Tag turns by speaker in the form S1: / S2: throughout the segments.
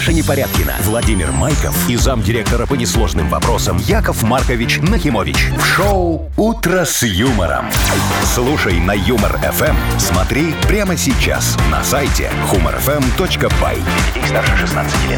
S1: Маша Непорядкина, Владимир Майков и замдиректора по несложным вопросам Яков Маркович Нахимович. В шоу «Утро с юмором». Слушай на Юмор-ФМ. Смотри прямо сейчас на сайте humorfm.by. Для детей старше 16 лет.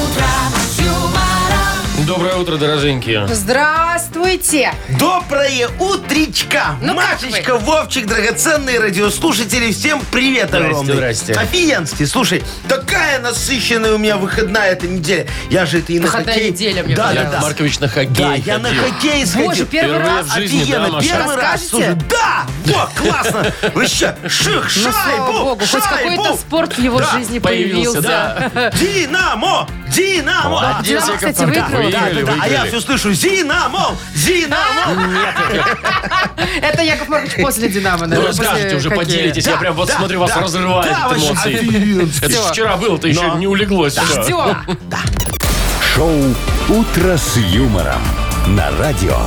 S2: Доброе утро, дороженькие.
S3: Здравствуйте.
S4: Доброе утречка.
S3: Ну,
S4: Машечка, Вовчик, драгоценные радиослушатели, всем привет огромный.
S2: Здрасте.
S4: Офигенский. Слушай, такая насыщенная у меня выходная эта неделя. Я же это и на
S3: Выходная
S4: хоккей.
S3: неделя, мне
S4: да,
S3: понравилось.
S4: да.
S2: Маркович на хоккей
S4: Да, я на
S2: ходил.
S4: хоккей сходил.
S3: Боже, первый
S2: Впервые
S3: раз.
S2: в жизни,
S4: Офигенно,
S2: да, Маша?
S4: первый раз.
S3: Расскажете?
S4: Слушай, да, во, классно. Вообще, ших,
S3: Ну, слава
S4: шайбу,
S3: богу, хоть
S4: шайбу.
S3: какой-то спорт в его
S4: Да,
S3: жизни
S2: появился,
S3: появился.
S2: да.
S4: Динамо, Динамо.
S2: Молодец,
S3: Динамо,
S2: Яков
S3: кстати,
S2: Маркович.
S3: выиграл.
S4: Да,
S2: Выиграли,
S4: да, да. А я
S2: выиграли.
S4: все слышу: Динамо, Динамо.
S3: Это Яков Маркович после «Динамо»,
S2: Ну,
S3: наверное,
S2: расскажите,
S3: после
S2: уже
S3: хоккея.
S2: поделитесь. Я
S4: Да,
S2: прям вот
S4: да,
S2: смотрю, вас
S4: да.
S2: разрывает
S4: Да,
S2: от
S4: вообще
S2: эмоций.
S4: офигенски.
S2: Это ж
S4: Всё.
S2: вчера было-то еще
S4: Но.
S2: не улеглось. всё.
S3: Ждем.
S1: Шоу «Утро с юмором» на радио.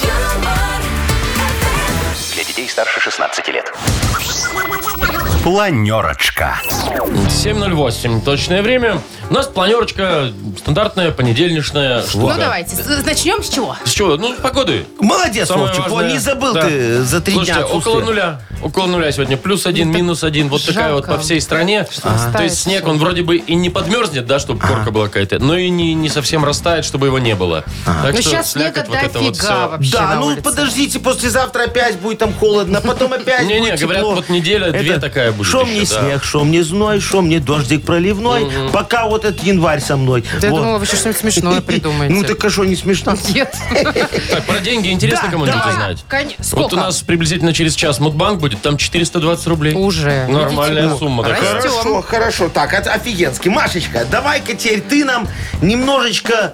S1: Для детей старше 16 лет. Планерочка.
S2: 7:08. Точное время. У нас планерочка стандартная, понедельничная.
S3: Ну, давайте. Начнем с чего?
S2: С чего? Ну, с погоды.
S4: Молодец,
S2: Самое
S4: Вовчик.
S2: важное.
S4: О, не забыл
S2: Да.
S4: ты за 3
S2: Слушайте,
S4: дня
S2: около
S4: отсутствия.
S2: нуля. Около нуля сегодня. +1, -1. Вот такая вот
S3: жалко.
S2: по всей стране. То
S3: растает
S2: есть снег,
S3: всё.
S2: он вроде бы и не подмерзнет, да, чтобы корка была какая-то, но и не совсем растает, чтобы его не было. Так
S3: Ну,
S2: что
S3: сейчас снега
S2: слякоть, вот это вот
S3: дофига
S2: всё.
S3: вообще
S4: Да,
S3: на
S4: ну
S3: улице.
S4: подождите, послезавтра опять будет там холодно, потом опять будет
S2: Не-не,
S4: тепло.
S2: говорят, вот неделя-две такая будет
S4: Шо
S2: еще,
S4: мне
S2: да.
S4: снег, шо мне зной, шо мне дождик проливной, пока вот этот январь со мной.
S3: Да я
S4: Вот.
S3: думала, вы еще что-нибудь смешное придумаете.
S4: Ну так а шо, не смешно?
S3: Нет.
S2: Так, про деньги интересно
S4: Да,
S2: кому-нибудь
S4: давай.
S2: узнать?
S3: Сколько?
S2: Вот у нас приблизительно через час Мудбанк будет, там 420 рублей.
S3: Уже.
S2: Нормальная
S3: Видите?
S2: сумма такая.
S3: Растем.
S4: Хорошо, хорошо. Так, это офигенски. Машечка, давай-ка теперь ты нам немножечко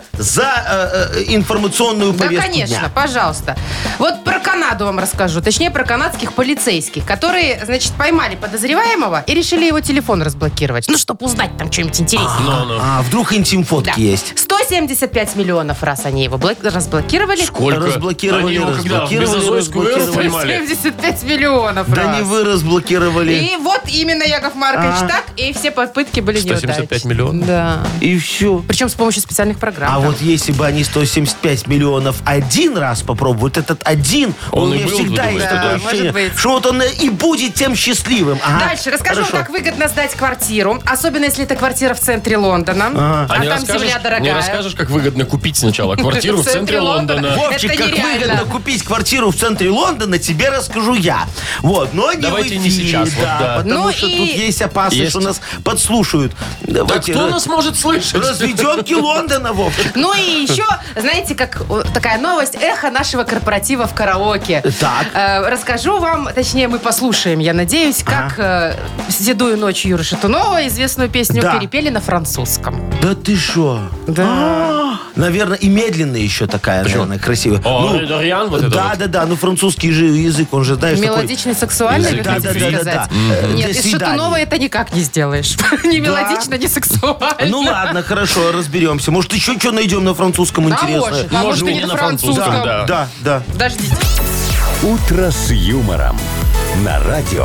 S4: за информационную
S3: Да,
S4: повестку
S3: конечно,
S4: дня.
S3: пожалуйста. Вот про Канаду вам расскажу. Точнее, про канадских полицейских, которые, значит, поймали подозреваемого и решили его телефон разблокировать. Ну, чтобы узнать там что-нибудь интереснее.
S2: Ну-ну.
S4: А, вдруг интим-фотки
S3: Да.
S4: есть?
S3: 175 миллионов раз они его разблокировали.
S2: Сколько?
S4: Разблокировали,
S2: Они его когда? В
S4: разблокировали,
S2: Мезозойскую эру
S4: разблокировали.
S2: поймали?
S3: 175 миллионов
S4: Да
S3: раз.
S4: не вы разблокировали.
S3: И вот именно, Яков Маркович, так, и все попытки были
S2: 175
S3: неудачны.
S2: миллионов?
S3: Да.
S4: И все.
S3: Причем с помощью специальных программ.
S4: А
S3: там.
S4: вот если бы они 175 миллионов один раз попробуют, этот один,
S2: Он
S4: у
S2: и
S4: меня
S2: был,
S4: всегда
S2: вы
S4: есть
S2: думаете,
S4: такое
S3: да?
S4: ощущение,
S3: Может быть.
S4: что вот он и будет тем счастливым. Ага.
S3: Дальше расскажу,
S4: Хорошо.
S3: как выгодно сдать квартиру. Особенно, если это квартира в центре Лондона. А
S2: А не
S3: там
S2: расскажешь,
S3: земля дорогая.
S2: не расскажешь, как выгодно купить сначала квартиру в центре Лондона?
S4: Вовчик,
S3: Это
S4: как
S3: нереально.
S4: выгодно купить квартиру в центре Лондона, тебе расскажу я. Вот, но не
S2: Давайте
S4: в
S2: не
S4: эфире,
S2: сейчас, вот да.
S4: потому
S3: Ну
S4: что
S3: и-
S4: тут есть опасность,
S2: Есть.
S4: что нас подслушают.
S2: Да
S4: Давайте
S2: кто нас может слышать?
S4: разведенки Лондона, Вовчик.
S3: Ну и еще, знаете, как такая новость, эхо нашего корпоратива в караоке.
S4: Так.
S3: Расскажу вам, точнее, мы послушаем, я надеюсь, как «Седую ночь» Юры Шатунова, известную песню,
S4: Да.
S3: перепели на французском.
S4: Да ты шо?
S3: Да.
S4: Наверное, и медленная еще такая, наверное, красивая.
S2: О, Дориан, вот это
S4: да,
S2: вот.
S4: да, да, ну французский же язык, он же, знаешь,
S3: Мелодичный, сексуальный,
S2: Язык
S3: вы хотите
S2: любви.
S3: сказать?
S4: Да.
S3: Нет,
S4: Для
S3: из
S4: свиданий.
S3: Шатунова это никак не сделаешь. Ни мелодично, ни сексуально.
S4: такой. Ну ладно, хорошо, разберемся. Может, еще что найдем на французском
S3: Да,
S4: интересное?
S3: может, а может и не на французском.
S2: да.
S4: Да, да.
S3: Подождите.
S1: «Утро с юмором» на радио.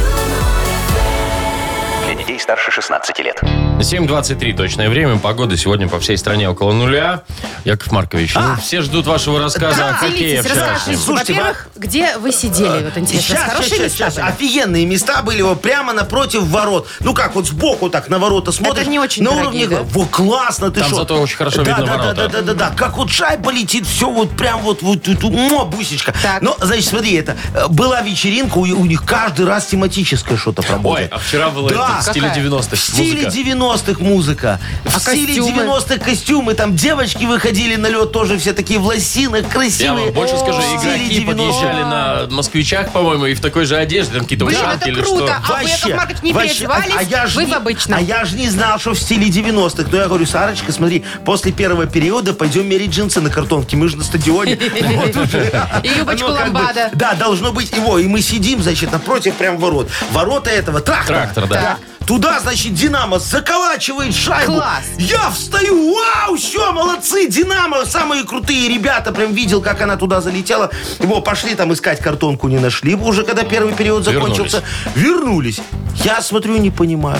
S1: Для детей старше 16 лет.
S2: 7:23 точное время. Погода сегодня по всей стране около нуля. Яков Маркович, ну, все ждут вашего рассказа о хоккее
S3: Делитесь, расскажите.
S2: вчерашнем.
S4: Слушайте,
S3: Во-первых, где вы сидели? Вот интересно, хорошие места были?
S4: Офигенные места были вот прямо напротив ворот. Ну как, вот сбоку так на ворота смотришь.
S3: не очень
S4: на
S3: дорогие,
S4: уровне.
S3: да?
S4: Во, классно, ты
S2: Там
S4: шо?
S2: зато очень хорошо
S4: Да,
S2: видно
S4: да,
S2: ворота.
S4: Да. Как вот шайба летит, все вот прям вот бусечка.
S3: Так.
S4: Ну, значит, смотри, это была вечеринка, у них каждый раз тематическое что-то
S2: Ой,
S4: работает.
S2: а вчера было
S4: Да.
S2: это в стиле
S3: Какая?
S2: 90-х
S4: В стиле
S2: музыка.
S4: 90-х музыка. В
S3: А
S4: стиле
S3: костюмы?
S4: 90-х костюмы. Там девочки выходили на лед тоже все такие в лосинах,
S2: Я
S4: красивые.
S2: вам больше скажу,
S4: В стиле
S2: игроки
S4: 90-х.
S2: подъезжали на москвичах, по-моему, и в такой же одежде, там какие-то
S3: Блин,
S2: ушанки
S3: это
S2: или
S3: круто.
S2: что.
S3: А вы, Яков Маркович, не переодевались? Вы в обычном.
S4: А я же не знал, что в стиле 90-х. Но я говорю, Сарочка, смотри, после первого периода пойдем мерить джинсы на картонке. Мы же на стадионе. Вот уже.
S3: И юбочку
S4: Оно как бы-
S3: ламбада.
S4: Да, должно быть его. И мы сидим, значит, напротив прям ворот. Ворота этого трактора.
S2: Трактор, да.
S3: Так.
S4: Туда, значит, Динамо заколачивает шайбу.
S3: Класс.
S4: Я встаю, вау, все, молодцы, Динамо, самые крутые ребята. Прям видел, как она туда залетела. Его пошли там искать картонку, не нашли. Уже когда первый период закончился. Вернулись. Я смотрю, не понимаю.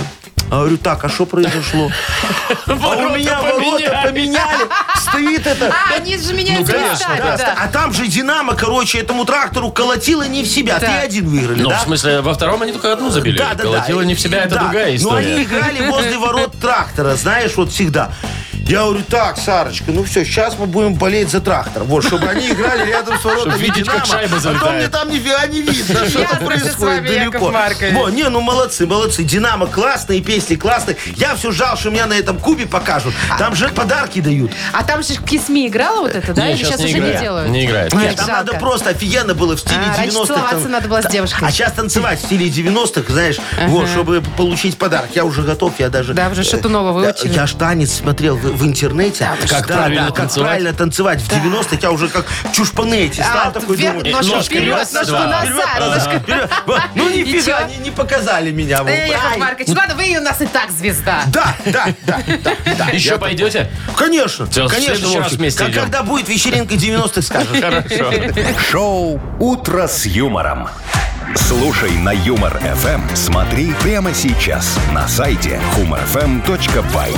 S4: А говорю, так, а что произошло? А у меня ворота поменяли. Стоит это.
S3: А, они же меняются
S2: конечно,
S3: местами,
S2: да.
S3: да.
S4: А там же Динамо, короче, этому трактору колотило не в себя.
S3: Да.
S4: 3-1 выиграли,
S2: Ну,
S4: да?
S2: в смысле, во втором они только одну забили.
S4: Да.
S2: Колотило не в себя, это
S4: Да.
S2: другая
S4: Но они
S2: история.
S4: играли возле ворот трактора, знаешь, вот всегда. Я говорю, так, Сарочка, ну все, сейчас мы будем болеть за трактор. Вот, чтобы они играли рядом с воротами
S2: Чтоб видеть, как
S4: Динамо.
S2: шайба
S4: А то мне
S2: залетает.
S4: там нифига не видно, что
S3: Ясно
S4: там
S3: все с
S4: происходит
S3: вами, Яков
S4: далеко.
S3: Маркович.
S4: Во, не, ну молодцы. Динамо классные, песни классные. Я все ждал, что меня на этом кубе покажут. Там же подарки дают.
S3: А там же в Кисми играла вот это, да?
S2: Не,
S3: Или сейчас уже
S2: играет.
S3: не делают?
S2: Не играет.
S4: Нет, там
S3: жалко.
S4: надо просто офигенно было в стиле
S3: А, раньше
S4: 90-х.
S3: целоваться
S4: там.
S3: надо было с девушкой.
S4: А сейчас танцевать в стиле 90-х, знаешь, вот, чтобы получить подарок. Я уже готов, я даже...
S3: Да, уже Шатунова выучили.
S4: Я ж танец смотрел в интернете.
S2: Как правильно
S4: как
S2: танцевать?
S4: правильно танцевать. В 90-х я уже как чушпаны эти стал такой,
S3: вверх,
S4: думаю...
S3: ножку
S2: ножка
S3: вперед,
S2: раз,
S3: ножку
S2: два.
S3: назад, ножку...
S4: Вперед. Вот. Ну нифига,
S3: Ничего.
S4: не показали меня. Вот.
S3: Яков
S4: Ай.
S3: Маркович, ладно, вы у нас и так звезда.
S4: Да.
S2: Еще пойдете?
S4: Конечно.
S2: Всё, в
S4: Конечно,
S2: следующий раз
S4: Вовчик.
S2: вместе идем.
S4: Когда будет вечеринка 90-х, скажешь.
S2: Хорошо.
S1: Шоу «Утро с юмором». Слушай на Юмор ФМ. Смотри прямо сейчас на сайте humorfm.by.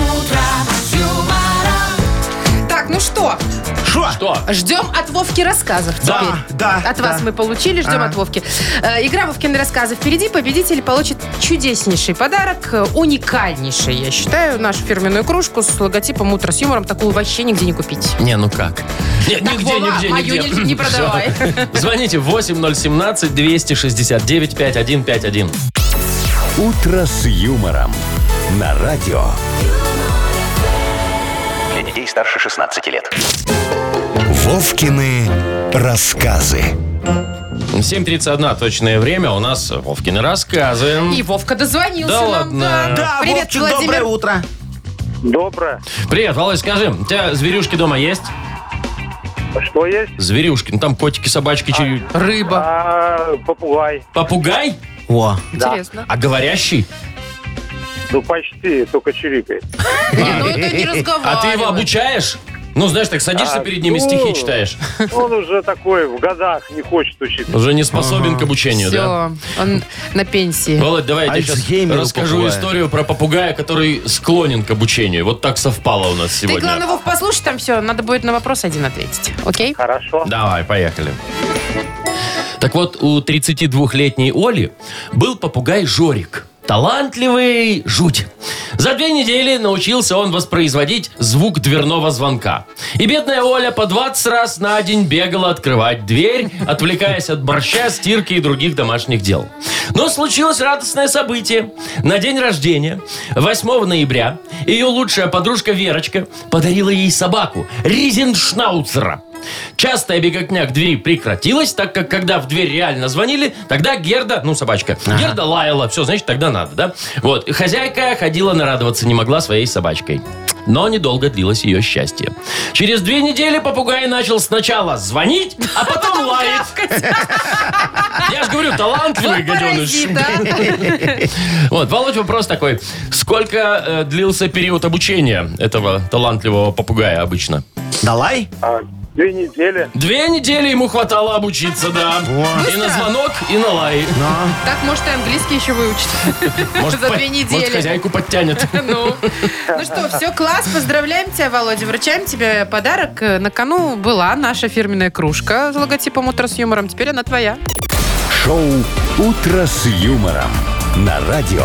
S3: Так, ну что,
S2: Что?
S3: ждем от Вовки рассказов
S4: Да,
S3: теперь.
S4: да,
S3: От
S4: да.
S3: вас мы получили, ждем от Вовки. Игра Вовкины рассказы впереди. Победитель получит чудеснейший подарок, уникальнейший, я считаю, нашу фирменную кружку с логотипом «Утро с юмором». Такую вообще нигде не купить.
S2: Не, ну как? Нет,
S3: Так,
S2: нигде,
S3: Вова,
S2: нигде,
S3: мою
S2: нигде.
S3: не продавай.
S2: Всё. Звоните 8017-269-5151.
S1: «Утро с юмором» на радио.
S5: Для детей старше 16 лет.
S1: Вовкины рассказы.
S2: 7:31 точное время. У нас Вовкины рассказы.
S3: И Вовка дозвонился
S2: Да
S3: нам.
S2: ладно.
S4: Да,
S3: Привет,
S4: Вовчик,
S3: Владимир.
S4: доброе утро.
S6: Доброе.
S2: Привет, Володь, скажи, у тебя зверюшки дома есть?
S6: Что есть?
S2: Зверюшки, ну там котики, собачки,
S3: Рыба.
S6: Попугай.
S2: попугай?
S4: О,
S3: Интересно.
S2: А говорящий?
S6: Ну, почти, только чирикает.
S3: Не, ну это не разговаривает.
S2: А ты его обучаешь? Ну, знаешь, так садишься перед ними, стихи читаешь.
S6: Он уже такой в годах не хочет учиться.
S2: Уже не способен к обучению, да?
S3: Все, он на пенсии.
S2: Володь, давай я тебе сейчас
S4: Альцгеймер у
S2: расскажу
S4: попугая.
S2: историю про попугая, который склонен к обучению. Вот так совпало у нас
S3: Ты,
S2: сегодня.
S3: главное, Вов, послушай там все. Надо будет на вопрос один ответить. Окей?
S6: Хорошо.
S2: Давай, поехали. Так вот, у 32-летней Оли был попугай Жорик. Талантливый жуть. За 2 недели научился он воспроизводить звук дверного звонка. И бедная Оля по 20 раз на день бегала открывать дверь, отвлекаясь от борща, стирки и других домашних дел. Но случилось радостное событие. На день рождения, 8 ноября, ее лучшая подружка Верочка подарила ей собаку Ризеншнауцера. Частая беготня к двери прекратилась, так как когда в дверь реально звонили, тогда Герда, ну собачка, Герда лаяла, все, значит, тогда надо, да? Вот, и хозяйка ходила нарадоваться не могла своей собачкой. Но недолго длилось ее счастье. Через 2 недели попугай начал сначала звонить, а потом лаять. Я же говорю, талантливый гаденыш.
S3: Паразит, да?
S2: Вот, Володь, вопрос такой. Сколько длился период обучения этого талантливого попугая обычно?
S4: Далай?
S6: 2 недели.
S2: 2 недели ему хватало обучиться, да. И на звонок, и на лай.
S3: Так, может, и английский еще выучить.
S2: Может,
S3: За 2
S2: Может,
S3: недели.
S2: хозяйку подтянет.
S3: Ну что, все, класс, поздравляем тебя, Володя. Вручаем тебе подарок. На кону была наша фирменная кружка с логотипом «Утро с юмором». Теперь она твоя.
S1: Шоу «Утро с юмором» на радио.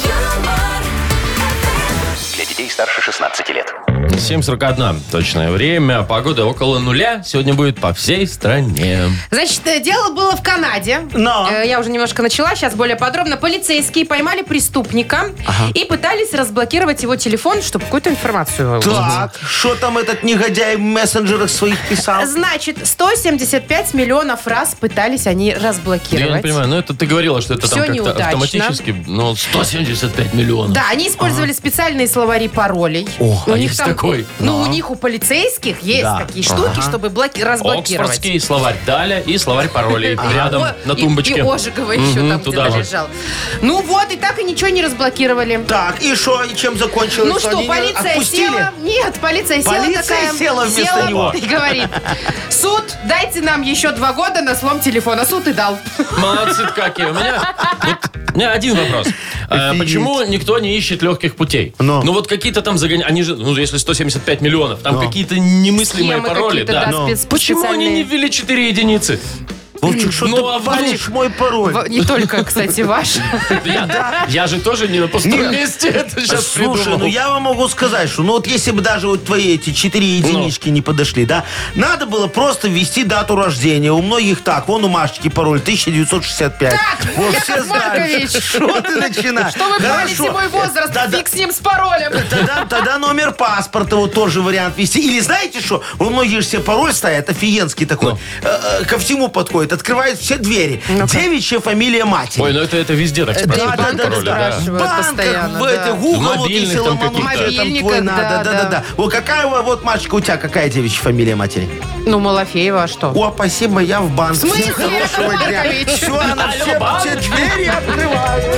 S5: Для детей старше 16 лет.
S2: 7:41 точное время. Погода около нуля. Сегодня будет по всей стране.
S3: Значит, дело было в Канаде.
S4: Но.
S3: Я уже немножко начала, сейчас более подробно. Полицейские поймали преступника и пытались разблокировать его телефон, чтобы какую-то информацию узнать.
S4: Так, что там этот негодяй в мессенджерах своих писал?
S3: Значит, 175 миллионов раз пытались они
S2: Я не
S3: разблокировать.
S2: понимаю, ну это ты говорила, что это
S3: Всё
S2: там как-то
S3: неудачно.
S2: автоматически. Ну, 175 миллионов.
S3: Да, они использовали специальные словари паролей.
S2: а есть такой?
S3: Ну, у них, у полицейских, есть такие штуки, чтобы разблокировать.
S2: Оксфордский словарь Даля и словарь паролей рядом на тумбочке.
S3: И Ожегова еще там
S2: туда
S3: где-то
S2: же.
S3: лежал. Ну вот, и так и ничего не разблокировали.
S4: Так, и что, и чем закончилось?
S3: Ну что,
S4: Они
S3: полиция
S4: отпустили?
S3: села. Нет, полиция села
S4: Полиция
S3: такая.
S4: села вместо него.
S3: И говорит: суд, дайте нам еще 2 года на слом телефона. Суд и дал.
S2: Молодцы какие. У меня один вопрос. Почему никто не ищет легких путей?
S4: Но.
S2: Ну вот какие-то там загоняют. Они же, ну если 175 миллионов, там какие-то немыслимые
S3: Схемы
S2: пароли.
S3: какие-то,
S2: Да.
S3: да,
S2: Почему они не
S3: специальные.
S2: ввели 4 единицы?
S4: Вовчик, что
S2: Ну, а
S4: ты говоришь мой пароль?
S3: Не только, кстати, ваш.
S2: Я же тоже не на пустом месте это сейчас
S4: Слушай,
S2: придумал.
S4: ну я вам могу сказать, что ну вот если бы даже вот твои эти 4 единички не подошли, да, надо было просто ввести дату рождения. У многих так, вон у Машечки пароль 1965.
S3: Так,
S4: Вот
S3: Яков
S4: все знают.
S3: Маркович.
S4: Что ты начинаешь?
S3: Что вы говорите
S4: Хорошо.
S3: мой возраст?
S4: Да-да.
S3: Фиг с ним, с паролем.
S4: Тогда номер паспорта вот тоже вариант ввести. Или знаете что? У многих же все пароль ставят, офигенский такой. Ко всему подходит. Открывает все двери. Девичья фамилия матери.
S2: Ой, ну это везде так
S3: Да и
S2: спрашивают.
S3: банках
S2: пароли, да.
S3: спрашивают
S4: Банках,
S3: постоянно.
S4: в этой
S3: да.
S4: Google,
S2: В
S4: вот
S2: мобильных
S4: если
S2: там
S4: ломануть,
S2: каких-то.
S4: там твой
S3: Мобильниках,
S4: надо,
S3: да.
S4: да. Вот какая вот, Машечка, у тебя какая девичья фамилия матери?
S3: Ну, Малафеева, а что?
S4: О, спасибо, я в банк.
S3: В смысле,
S4: Всем хорошего
S3: Яков
S4: дня.
S3: Маркович?
S4: Все, она все двери открывает.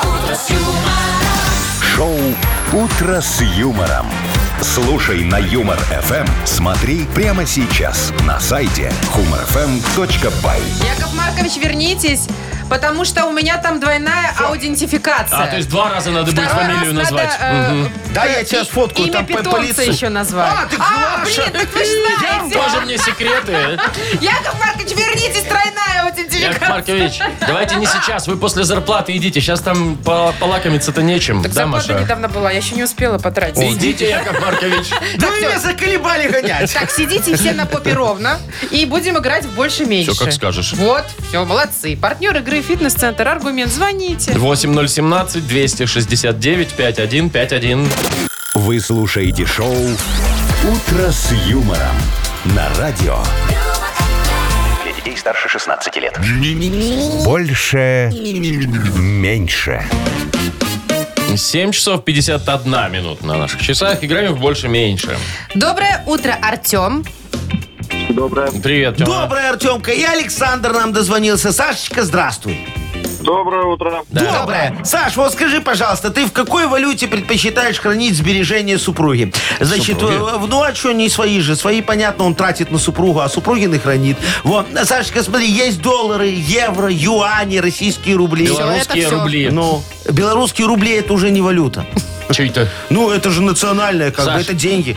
S1: Шоу «Утро с юмором». Слушай на Юмор ФМ. Смотри прямо сейчас на сайте humorfm.by.
S3: Яков Маркович, вернитесь, потому что у меня там двойная аутентификация.
S2: То есть 2 раза надо будет
S3: Второй
S2: фамилию
S3: раз
S2: назвать.
S3: надо,
S2: Мгм.
S4: Да, я тебя сфоткаю,
S3: имя
S4: там по
S3: питомца
S4: лицу.
S3: еще назвать.
S4: А, ты
S3: блин, так вы же знаете.
S2: Тоже мне секреты.
S3: Яков Маркович, вернитесь, тройная
S2: Яков
S3: аутентификация.
S2: Маркович, давайте не сейчас. Вы после зарплаты идите. Сейчас там полакомиться-то нечем.
S3: Так
S2: Да,
S3: зарплата
S2: Маша?
S3: недавно была, я еще не успела потратить.
S2: Идите, Яков Маркович.
S4: Да вы меня заколебали гонять.
S3: Так, сидите все на попе ровно и будем играть в больше-меньше.
S2: Всё, как скажешь.
S3: Вот, все, молодцы. Партнер игры «Фитнес-центр Аргумент». Звоните.
S2: 8017-269-5151.
S1: Вы слушаете шоу «Утро с юмором» на радио.
S5: Для детей старше 16 лет.
S1: Больше. Меньше.
S2: 7 часов 51 минута на наших часах. Играем в больше-меньше.
S3: Доброе утро, Артем.
S6: Доброе.
S2: Привет, Тёма.
S4: Доброе, Артемка. И Александр нам дозвонился. Сашечка, здравствуй.
S6: Доброе утро.
S2: Да.
S4: Доброе. Саш, вот скажи, пожалуйста, ты в какой валюте предпочитаешь хранить сбережения супруги? Значит,
S2: Супруги?
S4: ну а что, не свои же? Свои, понятно, он тратит на супругу, а супругины хранит. Вот, Сашечка, смотри, есть доллары, евро, юани, российские рубли.
S2: Белорусские
S3: это всё.
S2: рубли.
S4: Ну, белорусские рубли это уже не валюта.
S2: Че это?
S4: Ну, это же национальное, как бы,
S2: Саш.
S4: это деньги.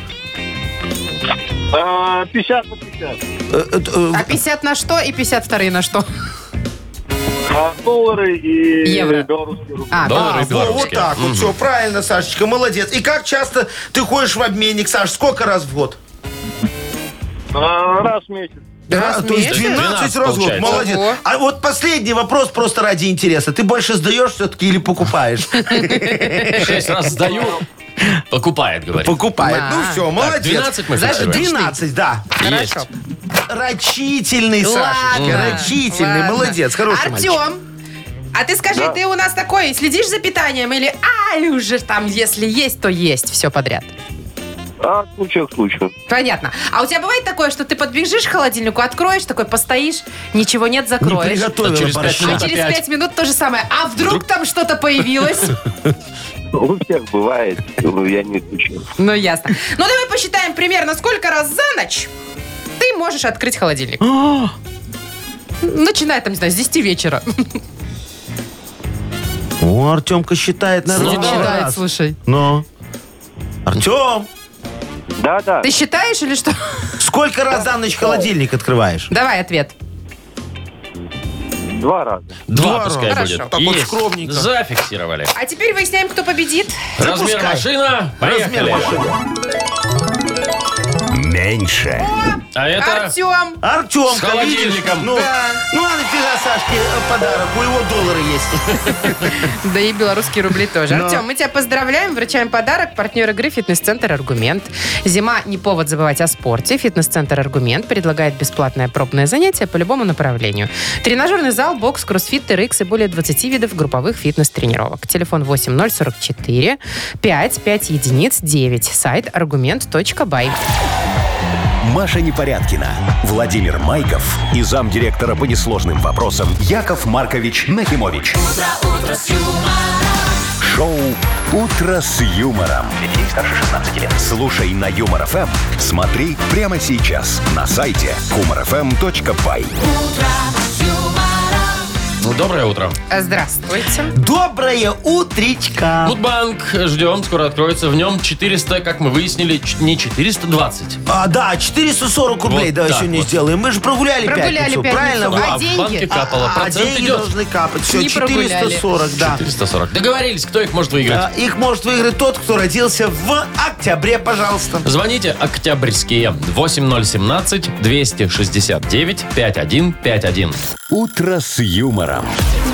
S6: 50 на 50.
S3: А 50 на что и 52 на что?
S6: Доллары и
S3: Евро.
S6: белорусские рубли.
S3: А,
S2: Доллары и
S4: Вот
S2: белорусские.
S4: так вот, все, правильно, Сашечка, молодец. И как часто ты ходишь в обменник, Саш, сколько раз в год?
S6: Раз в месяц.
S3: Раз в
S4: То есть
S3: месяц?
S4: 12 раз в год,
S2: получается.
S4: молодец.
S3: Ого.
S4: А вот последний вопрос просто ради интереса. Ты больше сдаешь все-таки или покупаешь?
S2: 6 раз сдаю. Покупает, говорит.
S4: Покупает.
S3: Да.
S4: Ну все, молодец.
S2: 12 мы
S3: Зажги.
S2: фиксируем.
S4: 12, да.
S2: Есть.
S3: Хорошо.
S4: Рачительный,
S3: Ладно.
S4: Сашечка, рачительный.
S3: Ладно.
S4: Молодец, хороший мальчик.
S3: Артем, а ты скажи, ты у нас такой, следишь за питанием или, уже там, если есть, то есть все подряд?
S6: А случай к случаю.
S3: Понятно. А у тебя бывает такое, что ты подбежишь к холодильнику, откроешь, такой постоишь, ничего нет,
S4: Не
S3: закроешь.
S4: приготовила
S2: А через
S4: борща.
S2: 5 минут
S3: А через
S2: опять.
S3: 5 минут то же самое. А вдруг там что-то появилось?
S6: У всех бывает, но я не исключаю.
S3: Ну, ясно. Ну, давай посчитаем примерно, сколько раз за ночь ты можешь открыть холодильник. Начиная там, не знаю, с 10 вечера.
S4: О, Артемка считает, наверное,
S3: Не
S4: много
S3: читает,
S4: раз.
S3: слушай.
S4: Ну. Артем,
S6: Да.
S3: Ты считаешь или что?
S4: сколько раз за ночь холодильник открываешь?
S3: Давай ответ.
S6: 2 раза.
S2: 2
S4: Два
S2: пускай
S3: раза.
S2: будет.
S3: Хорошо.
S4: Так вот
S2: Есть.
S4: скромненько.
S2: Зафиксировали.
S3: А теперь выясняем, кто победит.
S2: Размер
S4: Запускай.
S2: машина. Поехали.
S4: Размер машины.
S1: Меньше.
S2: А это...
S3: Артем.
S4: Артемка,
S2: С холодильником.
S4: видишь? Ну,
S3: Да.
S4: ну, а нафига Сашке подарок? У его доллары есть.
S3: Да и белорусские рубли тоже.
S4: Но.
S3: Артем, мы тебя поздравляем, вручаем подарок. Партнер игры «Фитнес-центр Аргумент». Зима – не повод забывать о спорте. «Фитнес-центр Аргумент» предлагает бесплатное пробное занятие по любому направлению. Тренажерный зал, бокс, кроссфит, TRX и более 20 видов групповых фитнес-тренировок. Телефон 8044 55 единиц 9. Сайт argument.by.
S1: Маша Непорядкина, Владимир Майков и замдиректора по несложным вопросам Яков Маркович Нахимович. Шоу «Утро с юмором».
S5: Для детей старше 16 лет.
S1: Слушай на Юмор ФМ. Смотри прямо сейчас на сайте humorfm.by.
S2: Доброе утро.
S3: Здравствуйте.
S4: Доброе утречка.
S2: Мудбанк ждем, скоро откроется. В нем 400, как мы выяснили, не 420.
S4: Да, 440 рублей
S2: Вот
S4: давай
S2: так
S4: сегодня
S2: вот.
S4: сделаем. Мы же прогуляли пятницу, правильно?
S3: пятницу.
S2: Ну,
S3: А
S2: а в
S3: деньги?
S2: банке капало.
S4: А
S2: Процент
S4: деньги
S2: идет.
S4: должны капать. Все,
S3: Не прогуляли.
S4: 440, да.
S2: 440. Договорились, кто их может выиграть.
S4: Их может выиграть тот, кто родился в октябре, пожалуйста.
S2: Звоните октябрьские 8017-269-5151.
S1: «Утро с юмором».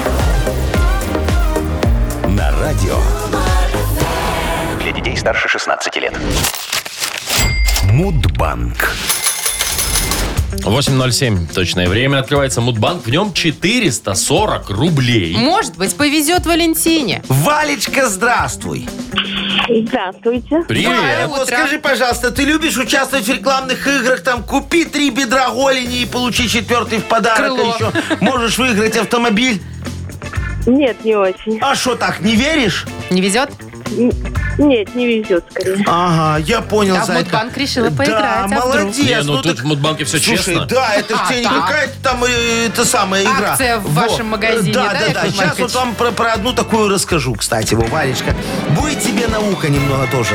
S1: На радио
S5: Для детей старше 16 лет.
S1: Мудбанк.
S2: 8:07 точное время. Открывается Мудбанк. В нем 440 рублей.
S3: Может быть, повезет Валентине.
S4: Валечка, здравствуй.
S7: Здравствуйте.
S2: Привет.
S4: Вот
S3: утро.
S4: скажи, пожалуйста, ты любишь участвовать в рекламных играх? Там купи 3 бедра голени и получи 4-й в подарок.
S3: Крыло.
S4: А еще можешь выиграть автомобиль.
S7: Нет, не очень.
S4: А что так, не веришь?
S3: Не везет?
S7: Нет, не везет скорее.
S4: Ага, я понял,
S3: А в
S4: зайка.
S3: Мудбанк решила поиграть,
S4: Да,
S3: а вдруг?
S4: молодец.
S2: Не, ну тут
S4: так-
S2: в Мудбанке все
S4: Слушай,
S2: честно.
S4: да, это ж тебе не
S3: так.
S4: какая-то там это самая игра.
S3: Акция в
S4: Во.
S3: вашем магазине, да,
S4: Да,
S3: Яков
S4: Сейчас
S3: Маркович?
S4: вот вам про одну такую расскажу, кстати, Валечка. Будет тебе наука немного тоже.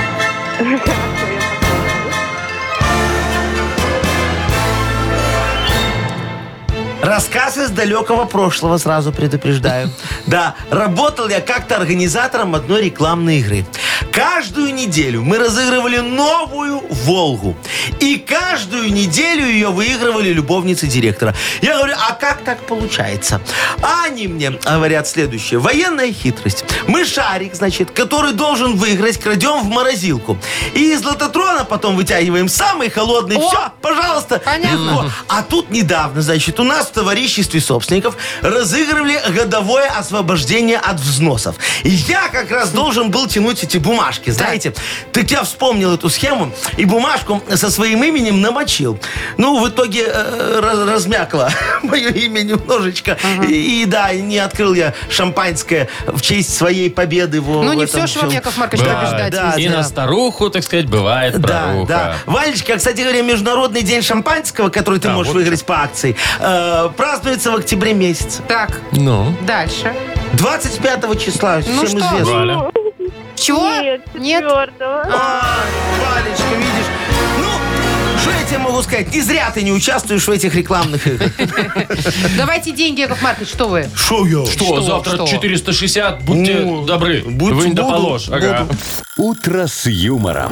S4: Рассказ из далекого прошлого, сразу предупреждаю. Да, работал я как-то организатором одной рекламной игры. Каждую неделю мы разыгрывали новую «Волгу». И каждую неделю ее выигрывали любовницы директора. Я говорю, а как так получается? А они мне говорят следующее. Военная хитрость. Мы шарик, значит, который должен выиграть, крадем в морозилку. И из лототрона потом вытягиваем самый холодный.
S3: О!
S4: Все, пожалуйста.
S3: Понятно.
S4: Легко. А тут недавно, значит, у нас в товариществе собственников разыгрывали годовое освобождение от взносов. И я как раз должен был тянуть эти бумажки, знаете. Так я вспомнил эту схему и бумажку со своим именем намочил. Ну, в итоге размякло мое имя немножечко. И да, не открыл я шампанское в честь своей победы.
S3: Ну, не все же вам, Яков Маркович, побеждать
S4: да,
S3: везде.
S2: И на старуху, так сказать, бывает
S4: Да,
S2: проруха.
S4: да. Валечка, кстати говоря, Международный день шампанского, который ты можешь
S2: вот
S4: выиграть по акции, празднуется в октябре месяце.
S3: Так,
S2: Ну,
S3: дальше.
S4: 25 числа,
S3: Ну
S4: всем
S3: что?
S4: известно.
S2: Валя.
S3: Чего?
S7: Нет,
S3: Нет?
S7: 4-го.
S4: Валечка, видишь? Ну, что я тебе могу сказать? Не зря ты не участвуешь в этих рекламных играх.
S3: Давайте деньги, Яков Маркович, что вы?
S4: Шо я?
S2: Что, завтра
S3: что?
S2: 460? Будьте
S4: Ну,
S2: добры. Вынь да положь. Ага.
S1: «Утро с юмором».